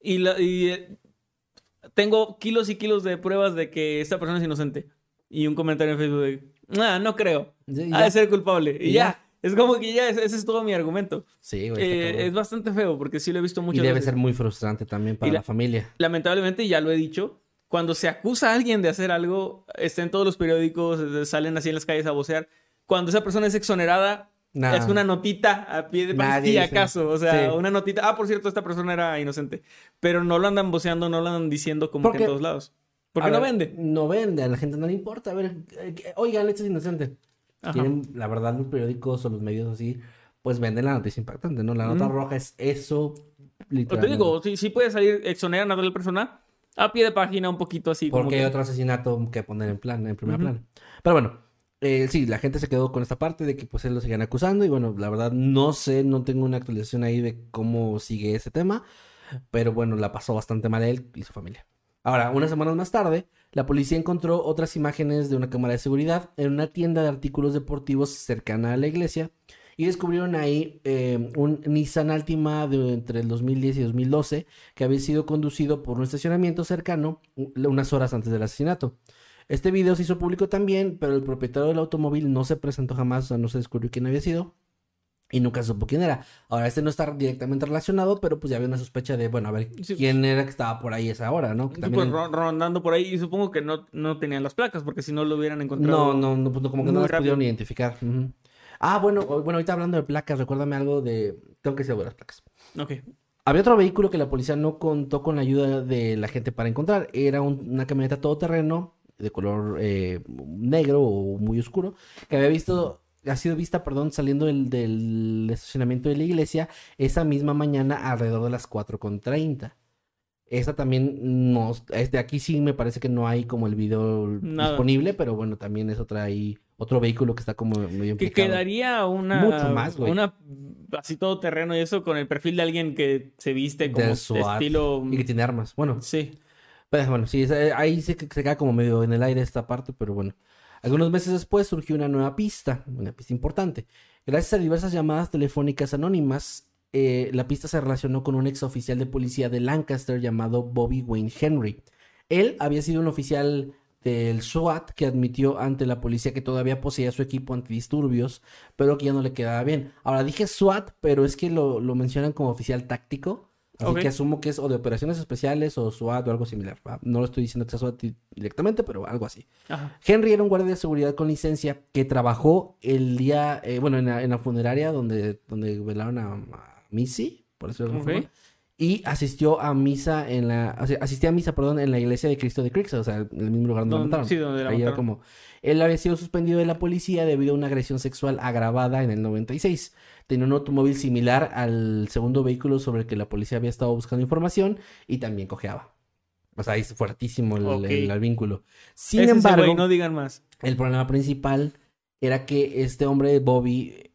tengo kilos y kilos de pruebas de que esta persona es inocente. Y un comentario en Facebook de, no creo. Sí, Ha ya. de ser culpable. Y Y ya. ya. Es como que ya, ese es todo mi argumento. Sí, güey. está cabrón. Es bastante feo porque sí lo he visto Y muchas debe veces. ser muy frustrante también para Y la familia. Lamentablemente, ya lo he dicho, cuando se acusa a alguien de hacer algo, está en todos los periódicos, salen así en las calles a vocear. Cuando esa persona es exonerada, Nah. es una notita a pie de página, Nadie si dice. acaso. O sea, Sí. una notita. Por cierto, esta persona era inocente. Pero no lo andan voceando, no lo andan diciendo como que Porque- en todos lados. Porque A no ver, vende. No vende, a la gente no le importa. A ver, oigan, este es inocente. Ajá. Quieren, la verdad, los periódicos o los medios así, pues venden la noticia impactante, ¿no? La nota roja es eso, O te literalmente. digo, sí puede salir exoneran a tal persona a pie de página, un poquito así. como Porque que- hay otro asesinato que poner en primer plano. Pero bueno, sí, la gente se quedó con esta parte de que pues él lo sigan acusando. Y bueno, la verdad, no sé, no tengo una actualización ahí de cómo sigue ese tema. Pero bueno, la pasó bastante mal él y su familia. Ahora, unas semanas más tarde, la policía encontró otras imágenes de una cámara de seguridad en una tienda de artículos deportivos cercana a la iglesia y descubrieron ahí un Nissan Altima de entre el 2010 y 2012 que había sido conducido por un estacionamiento cercano unas horas antes del asesinato. Este video se hizo público también, pero el propietario del automóvil no se presentó jamás, o sea, no se descubrió quién había sido. Y nunca se supo quién era. Ahora, este no está directamente relacionado, pero pues ya había una sospecha de, bueno, a ver, Sí, quién era que estaba por ahí a esa hora, ¿no? Que Sí, también pues, rondando por ahí. Y supongo que no tenían las placas, porque si no lo hubieran encontrado. no, pues, como que no muy las rápido. pudieron identificar. Ujú. Bueno, ahorita hablando de placas, recuérdame algo de... Tengo que decir algo de las placas. Ok. Había otro vehículo que la policía no contó con la ayuda de la gente para encontrar. Era una camioneta todoterreno de color negro o muy oscuro que ha sido vista, saliendo del estacionamiento de la iglesia esa misma mañana alrededor de las 4:30. Esta también aquí sí me parece que no hay como el video disponible, pero bueno, también es otro vehículo que está como medio Que implicado. quedaría Mucho más, güey. así todo terreno y eso con el perfil de alguien que se viste como Del de SWAT estilo... y que tiene armas. Bueno, Sí. pues bueno, sí, ahí se queda como medio en el aire esta parte, pero bueno. Algunos meses después surgió una nueva pista, una pista importante. Gracias a diversas llamadas telefónicas anónimas, la pista se relacionó con un ex oficial de policía de Lancaster llamado Bobby Wayne Henry. Él había sido un oficial del SWAT que admitió ante la policía que todavía poseía su equipo antidisturbios, pero que ya no le quedaba bien. Ahora dije SWAT, pero es que lo mencionan como oficial táctico. Así que asumo que es o de operaciones especiales o SWAT o algo similar, ¿va? No lo estoy diciendo que sea SWAT directamente, pero algo así. Ajá. Henry era un guardia de seguridad con licencia que trabajó el día, en la funeraria donde velaron a Missy, por eso y asistió a misa asistía a misa, en la iglesia de Cristo de Creeks, o sea, en el mismo lugar donde la mataron. Sí, donde la Ahí mataron. era como... Él había sido suspendido de la policía debido a una agresión sexual agravada en el 96. Tenía un automóvil similar al segundo vehículo sobre el que la policía había estado buscando información y también cojeaba. O sea, es fuertísimo el vínculo. Sin Ese embargo, güey, no digan más. el problema principal era que este hombre, Bobby,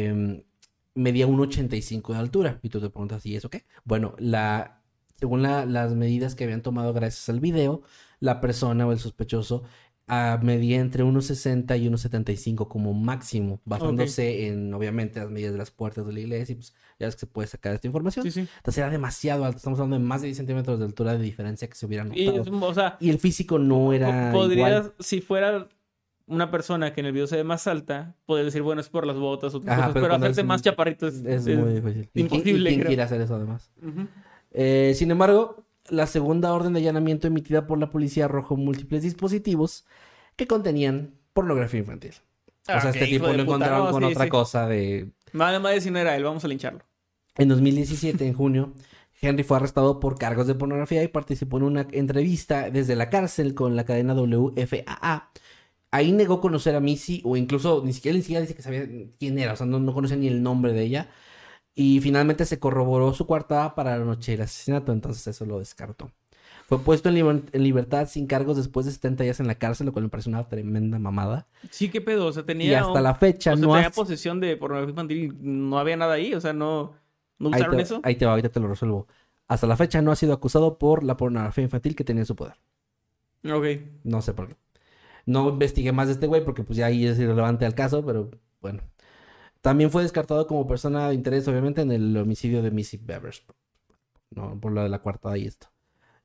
medía 1,85 de altura. Y tú te preguntas, ¿y eso qué? Bueno, según las medidas que habían tomado gracias al video, la persona o el sospechoso medía entre 1,60 y 1,75 como máximo, basándose en, obviamente, las medidas de las puertas de la iglesia. Y pues ya ves que se puede sacar esta información. Sí, sí. Entonces era demasiado alto. Estamos hablando de más de 10 centímetros de altura de diferencia que se hubieran notado. Y, o sea, Y el físico no era igual. si fuera una persona que en el video se ve más alta, podría decir, bueno, es por las botas o otras cosas, pero cuando hacerte más chaparrito es muy difícil. imposible, ¿Quién creo. quiere hacer eso además? Ujú. Sin embargo, la segunda orden de allanamiento emitida por la policía arrojó múltiples dispositivos que contenían pornografía infantil. O sea, este tipo lo encontraron con otra cosa de... Madre, si no era él, vamos a lincharlo. En 2017, en junio, Henry fue arrestado por cargos de pornografía y participó en una entrevista desde la cárcel con la cadena WFAA. Ahí negó conocer a Missy, o incluso ni siquiera dice que sabía quién era, o sea, no conocía ni el nombre de ella. Y finalmente se corroboró su coartada para la noche del asesinato, entonces eso lo descartó. Fue puesto en libertad sin cargos después de 70 días en la cárcel, lo cual me parece una tremenda mamada. Sí, qué pedo, o sea, tenía... Y hasta la fecha tenía posesión de pornografía infantil y no había nada ahí, o sea, no usaron eso. Ahí te va, ahorita te lo resuelvo. Hasta la fecha no ha sido acusado por la pornografía infantil que tenía en su poder. Ok. No sé por qué. No investigué más de este güey porque pues ya ahí es irrelevante al caso, pero bueno. También fue descartado como persona de interés, obviamente, en el homicidio de Missy Bevers. No, por lo de la coartada y esto.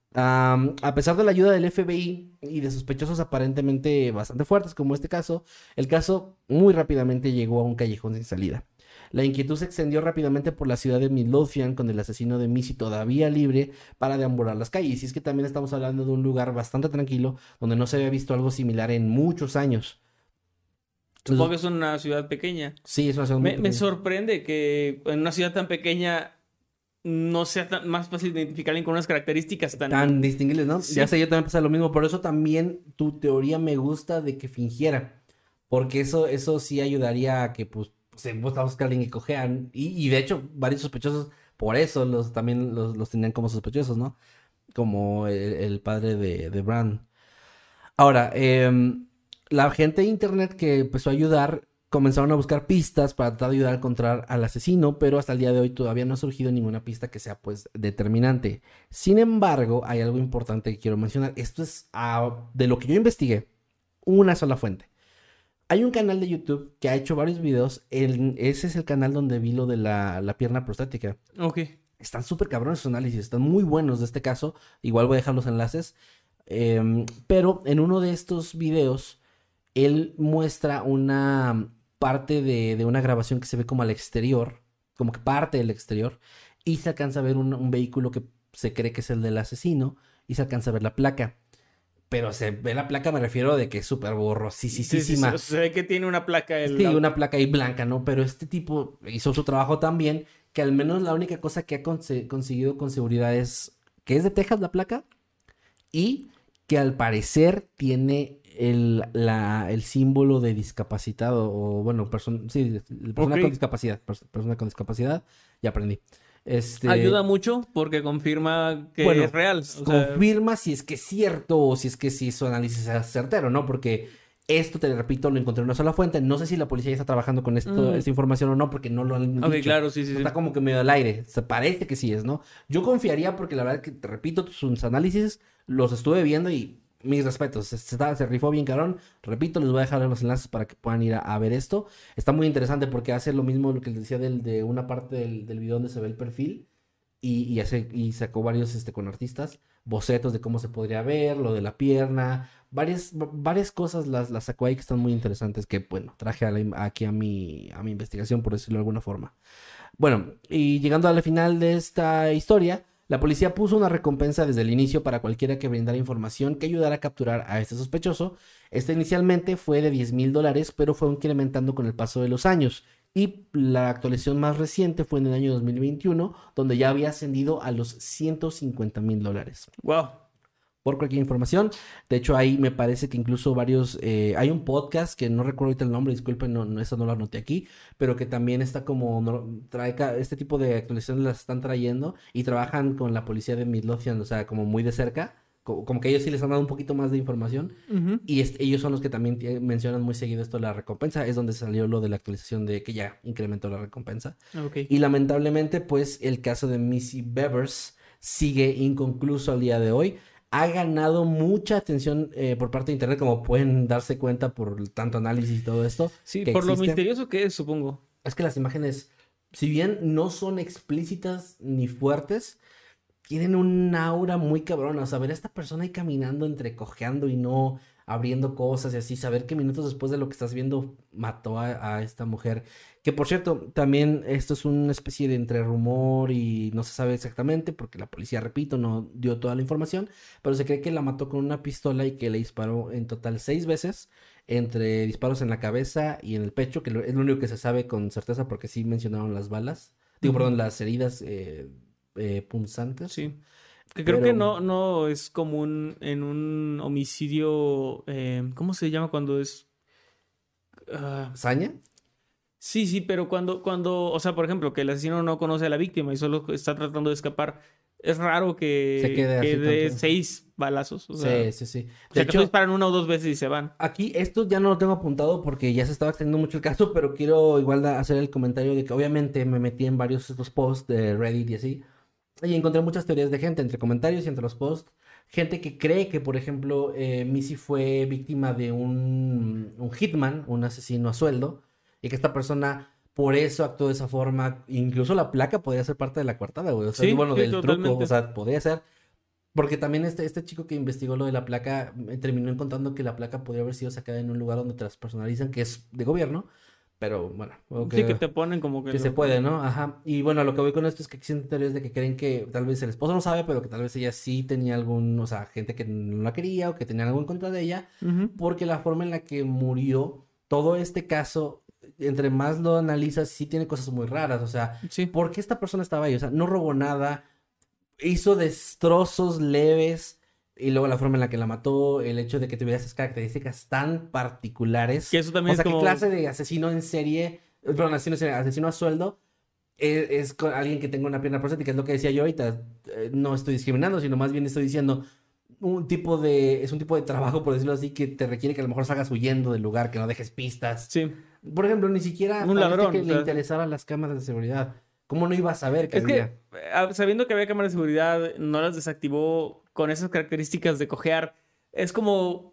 A pesar de la ayuda del FBI y de sospechosos aparentemente bastante fuertes como este caso, el caso muy rápidamente llegó a un callejón sin salida. La inquietud se extendió rápidamente por la ciudad de Midlothian, con el asesino de Missy todavía libre para deambular las calles. Y es que también estamos hablando de un lugar bastante tranquilo, donde no se había visto algo similar en muchos años. Supongo que es una ciudad pequeña. Sí, es una ciudad muy Me pequeña. sorprende que en una ciudad tan pequeña no sea más fácil identificar alguien con unas características tan distinguibles, ¿no? Sí. Ya sé, yo también pensaba lo mismo. Por eso también tu teoría me gusta de que fingiera. Porque eso sí ayudaría a que, pues, se busca a alguien que cojean. Y de hecho, varios sospechosos, por eso también los tenían como sospechosos, ¿no? Como el padre de Bran. Ahora, la gente de internet que empezó a ayudar comenzaron a buscar pistas para tratar de ayudar a encontrar al asesino, pero hasta el día de hoy todavía no ha surgido ninguna pista que sea, pues, determinante. Sin embargo, hay algo importante que quiero mencionar. Esto es de lo que yo investigué, una sola fuente. Hay un canal de YouTube que ha hecho varios videos. Ese es el canal donde vi lo de la pierna prostática. Ok. Están súper cabrones sus análisis, están muy buenos de este caso. Igual voy a dejar los enlaces. Pero en uno de estos videos, él muestra una parte de una grabación que se ve como al exterior, como que parte del exterior, y se alcanza a ver un vehículo que se cree que es el del asesino, y se alcanza a ver la placa. pero se ve la placa, me refiero de que es súper borrosísima. Sí, se ve que tiene una placa. Sí, una placa ahí blanca, ¿no? Pero este tipo hizo su trabajo tan bien que al menos la única cosa que ha conseguido con seguridad es que es de Texas la placa y que al parecer tiene el símbolo de discapacitado o, bueno, persona con discapacidad. Persona con discapacidad, ya aprendí. Ayuda mucho porque confirma que es real. Confirma si es que es cierto o si es que sí su análisis es certero, ¿no? Porque esto, te repito, lo encontré en una sola fuente. No sé si la policía ya está trabajando con esta información o no, porque no lo han dicho. Ok, claro, sí. Está como que medio al aire. Se parece que sí es, ¿no? Yo confiaría porque la verdad que, te repito, sus análisis los estuve viendo y mis respetos. Se rifó bien cabrón. Repito, les voy a dejar los enlaces para que puedan ir a ver esto. Está muy interesante porque hace lo mismo lo que les decía de una parte del video donde se ve el perfil. Y sacó varios con artistas, bocetos de cómo se podría ver, lo de la pierna, varias cosas las sacó ahí que están muy interesantes, que bueno, traje aquí a mi investigación, por decirlo de alguna forma. Bueno, y llegando al final de esta historia, la policía puso una recompensa desde el inicio para cualquiera que brindara información que ayudara a capturar a este sospechoso. Inicialmente fue de $10,000, pero fue incrementando con el paso de los años. Y la actualización más reciente fue en el año 2021, donde ya había ascendido a los $150,000. ¡Wow! Por cualquier información. De hecho, ahí me parece que incluso varios... hay un podcast que no recuerdo ahorita el nombre, disculpen, eso no lo anoté aquí, pero que también está como... trae este tipo de actualizaciones las están trayendo y trabajan con la policía de Midlothian, o sea, como muy de cerca. Como que ellos sí les han dado un poquito más de información. Uh-huh. Y ellos son los que también mencionan muy seguido esto de la recompensa. Es donde salió lo de la actualización de que ya incrementó la recompensa. Okay. Y lamentablemente, pues, el caso de Missy Bevers sigue inconcluso al día de hoy. Ha ganado mucha atención por parte de internet, como pueden darse cuenta por tanto análisis y todo esto. Sí, por existe. Lo misterioso que es, supongo. Es que las imágenes, si bien no son explícitas ni fuertes, tienen un aura muy cabrona. O sea, ver a esta persona ahí caminando, entrecojeando y no abriendo cosas y así. Saber que minutos después de lo que estás viendo mató a esta mujer. Que, por cierto, también esto es una especie de entre rumor y no se sabe exactamente porque la policía, repito, no dio toda la información. Pero se cree que la mató con una pistola y que le disparó en total 6 veces. Entre disparos en la cabeza y en el pecho, que es lo único que se sabe con certeza porque sí mencionaron las balas. Perdón, las heridas... punzantes. Sí. Que creo que no es común en un homicidio. ¿Cómo se llama cuando es? ¿Saña? Sí, pero cuando, o sea, por ejemplo, que el asesino no conoce a la víctima y solo está tratando de escapar. Es raro que dé 6 balazos. O sea, sí. De hecho, disparan 1 o 2 veces y se van. Aquí esto ya no lo tengo apuntado porque ya se estaba extendiendo mucho el caso, pero quiero igual hacer el comentario de que obviamente me metí en varios de estos posts de Reddit y así. Y encontré muchas teorías de gente, entre comentarios y entre los posts. Gente que cree que, por ejemplo, Missy fue víctima de un hitman, un asesino a sueldo. Y que esta persona, por eso actuó de esa forma. Incluso la placa podría ser parte de la coartada, güey. O sea, del totalmente. truco. O sea, podría ser. Porque también este chico que investigó lo de la placa terminó encontrando que la placa podría haber sido sacada en un lugar donde te las personalizan, que es de gobierno. Pero bueno. Sí, que te ponen como que... Que se puede, ¿no? Ajá. Y bueno, lo que voy con esto es que existen teorías de que creen que tal vez el esposo no sabe, pero que tal vez ella sí tenía o sea, gente que no la quería o que tenía algo en contra de ella. Uh-huh. Porque la forma en la que murió, todo este caso, entre más lo analizas, sí tiene cosas muy raras. O sea, sí. ¿Por qué esta persona estaba ahí? O sea, no robó nada, hizo destrozos leves... Y luego la forma en la que la mató, el hecho de que tuviera esas características tan particulares. Que eso también ¿qué clase de asesino en serie, perdón, asesino a sueldo, es con alguien que tenga una pierna prostética? Es lo que decía yo ahorita. No estoy discriminando, sino más bien estoy diciendo es un tipo de trabajo, por decirlo así, que te requiere que a lo mejor salgas huyendo del lugar, que no dejes pistas. Sí. Por ejemplo, ni siquiera un ladrón, que le interesaran las cámaras de seguridad. ¿Cómo no iba a saber que había? Que, sabiendo que había cámaras de seguridad, no las desactivó con esas características de cojear. Es como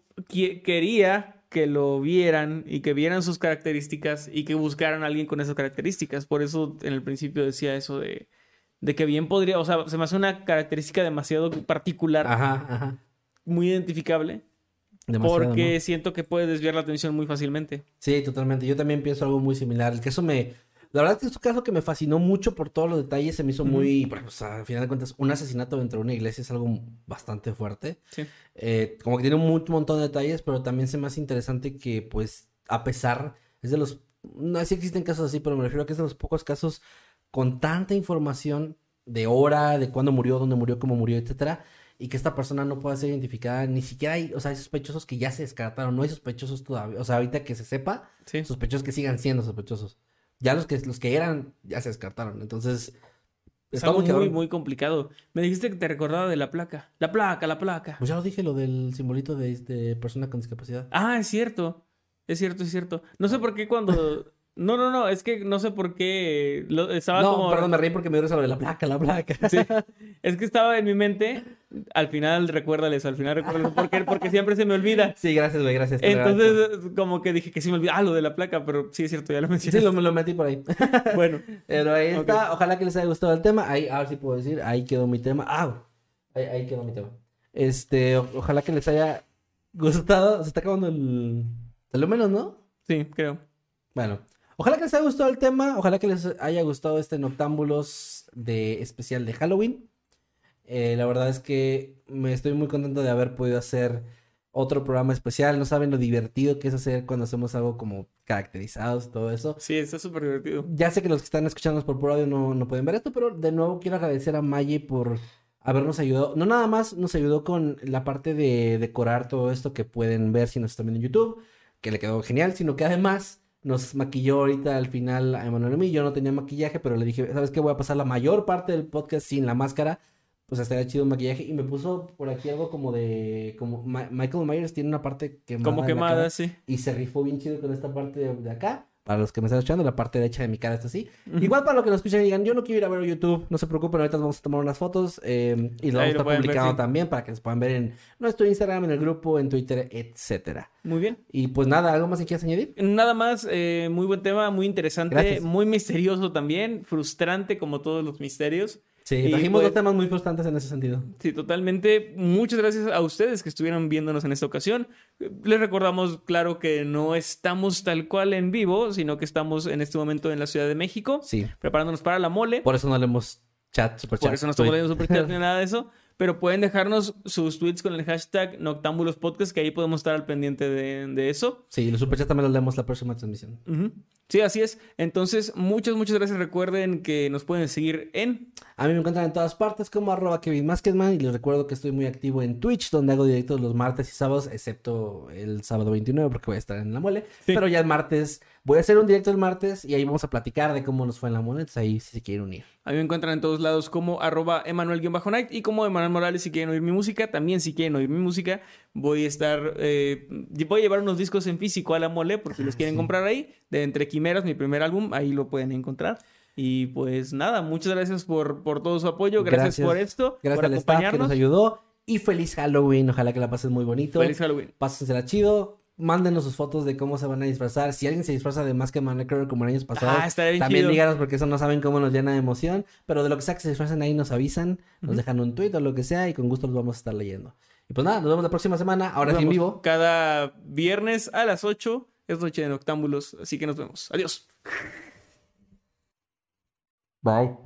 quería que lo vieran y que vieran sus características y que buscaran a alguien con esas características. Por eso en el principio decía eso de que bien podría... O sea, se me hace una característica demasiado particular. Ajá. Muy identificable. Demasiado, porque ¿no? Siento que puede desviar la atención muy fácilmente. Sí, totalmente. Yo también pienso algo muy similar. El que eso La verdad es que es un caso que me fascinó mucho por todos los detalles. Se me hizo muy... Porque, pues, al final de cuentas, un asesinato dentro de una iglesia es algo bastante fuerte. Sí. Como que tiene un montón de detalles, pero también se me hace interesante que, pues, a pesar... Es de los... No sé si existen casos así, pero me refiero a que es de los pocos casos con tanta información de hora, de cuándo murió, dónde murió, cómo murió, etcétera, y que esta persona no pueda ser identificada. Ni siquiera hay... O sea, hay sospechosos que ya se descartaron. No hay sospechosos todavía. O sea, ahorita que se sepa, Sí. sospechosos que sigan siendo sospechosos. Ya los que eran, ya se descartaron. Entonces, Es está algo muy muy, cabrón. muy complicado. Me dijiste que te recordaba de la placa. La placa. Pues ya lo dije, lo del simbolito de persona con discapacidad. Ah, es cierto. Es cierto. No sé por qué cuando... No, es que no sé por qué estaba No, como... perdón, me reí porque me dio eso de la placa. Sí, es que estaba en mi mente. Al final recuérdales, porque siempre se me olvida. Sí, gracias, güey, gracias. te lo agradezco. Entonces, como que dije que sí me olvidó. Ah, lo de la placa, pero sí es cierto, ya lo mencioné. Sí, lo metí por ahí. Bueno, Pero ahí está. Ok. Ojalá que les haya gustado el tema. Ahí, a ver si puedo decir. Ahí quedó mi tema. Ahí quedó mi tema. Ojalá que les haya gustado. Se está acabando de lo menos, ¿no? sí, creo. Bueno, ojalá que les haya gustado el tema. Ojalá que les haya gustado este Noctámbulos de especial de Halloween. La verdad es que me estoy muy contento de haber podido hacer otro programa especial. No saben lo divertido que es hacer cuando hacemos algo como caracterizados y todo eso. Sí, está súper divertido. Ya sé que los que están escuchándonos por puro audio no pueden ver esto, pero de nuevo quiero agradecer a Maye por habernos ayudado. No nada más nos ayudó con la parte de decorar todo esto que pueden ver si nos están viendo en YouTube, que le quedó genial, sino que además nos maquilló ahorita al final a Emanuel y a mí. Yo no tenía maquillaje, pero le dije, ¿sabes qué? Voy a pasar la mayor parte del podcast sin la máscara. Pues estaría chido un maquillaje. Y me puso por aquí algo como Michael Myers tiene una parte quemada Como en la quemada, cara, sí. y se rifó bien chido con esta parte de acá. Para los que me están escuchando, la parte derecha de mi cara está así. Igual para los que nos escuchan y digan, yo no quiero ir a ver a YouTube, no se preocupen, ahorita vamos a tomar unas fotos y lo vamos a lo estar pueden ver, publicando sí. también para que los puedan ver en nuestro Instagram, en el grupo, en Twitter, etcétera. Muy bien. Y pues nada, ¿algo más que quieras añadir? Nada más, muy buen tema, muy interesante, Gracias. muy misterioso también, frustrante como todos los misterios. Sí, Y trajimos pues- dos temas muy frustrantes en ese sentido. Sí, totalmente. Muchas gracias a ustedes que estuvieron viéndonos en esta ocasión. Les recordamos, claro, que no estamos tal cual en vivo, sino que estamos en este momento en la Ciudad de México, Sí, preparándonos para la mole. por eso no leemos chat, super chat. Por eso no estamos leyendo superchat ni nada de eso. Pero pueden dejarnos sus tweets con el hashtag Noctámbulos Podcast, que ahí podemos estar al pendiente de eso. Sí, los superchats también los leemos la próxima transmisión. Ujú. Sí, así es. Entonces, muchas gracias. Recuerden que nos pueden seguir en... A mí me encuentran en todas partes como @KevinMasketman y les recuerdo que estoy muy activo en Twitch, donde hago directos los martes y sábados, excepto el sábado 29 porque voy a estar en la mole. Sí. Pero ya el martes, voy a hacer un directo el martes y ahí vamos a platicar de cómo nos fue en la mole, entonces ahí si se quieren unir. A mí me encuentran en todos lados como @Emanuel_Night y como Emanuel Morales si quieren oír mi música. También si quieren oír mi música, voy a llevar unos discos en físico a la mole porque los quieren comprar ahí. De Entre Quimeras, mi primer álbum, ahí lo pueden encontrar. Y pues nada, muchas gracias por todo su apoyo. Gracias por esto, Gracias por al staff que nos acompañarnos. ayudó y feliz Halloween, ojalá que la pasen muy bonito. Feliz Halloween. Pásensela chido. Mándenos sus fotos de cómo se van a disfrazar. Si alguien se disfraza de Masketman Necro como en años pasados, estaría bien también chido. díganos porque eso no saben cómo nos llena de emoción. Pero de lo que sea que se disfracen ahí nos avisan, nos dejan un tweet o lo que sea y con gusto los vamos a estar leyendo. Y pues nada, nos vemos la próxima semana, ahora sí en Nos vivo. vemos cada viernes a las 8. Es noche de Noctámbulos, así que nos vemos. Adiós. Bye.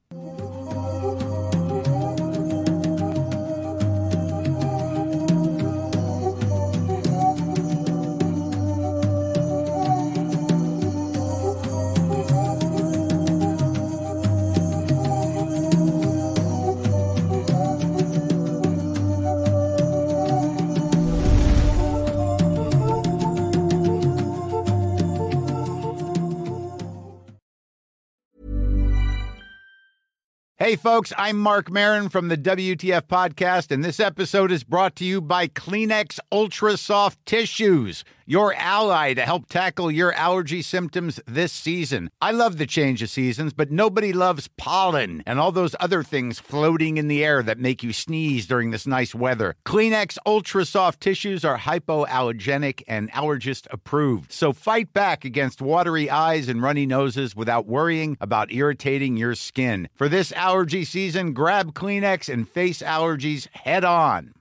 Hey, folks, I'm Mark Marin from the WTF Podcast, and this episode is brought to you by Kleenex Ultra Soft Tissues, your ally to help tackle your allergy symptoms this season. I love the change of seasons, but nobody loves pollen and all those other things floating in the air that make you sneeze during this nice weather. Kleenex Ultra Soft Tissues are hypoallergenic and allergist approved, so fight back against watery eyes and runny noses without worrying about irritating your skin. For this allergy season, grab Kleenex and face allergies head on.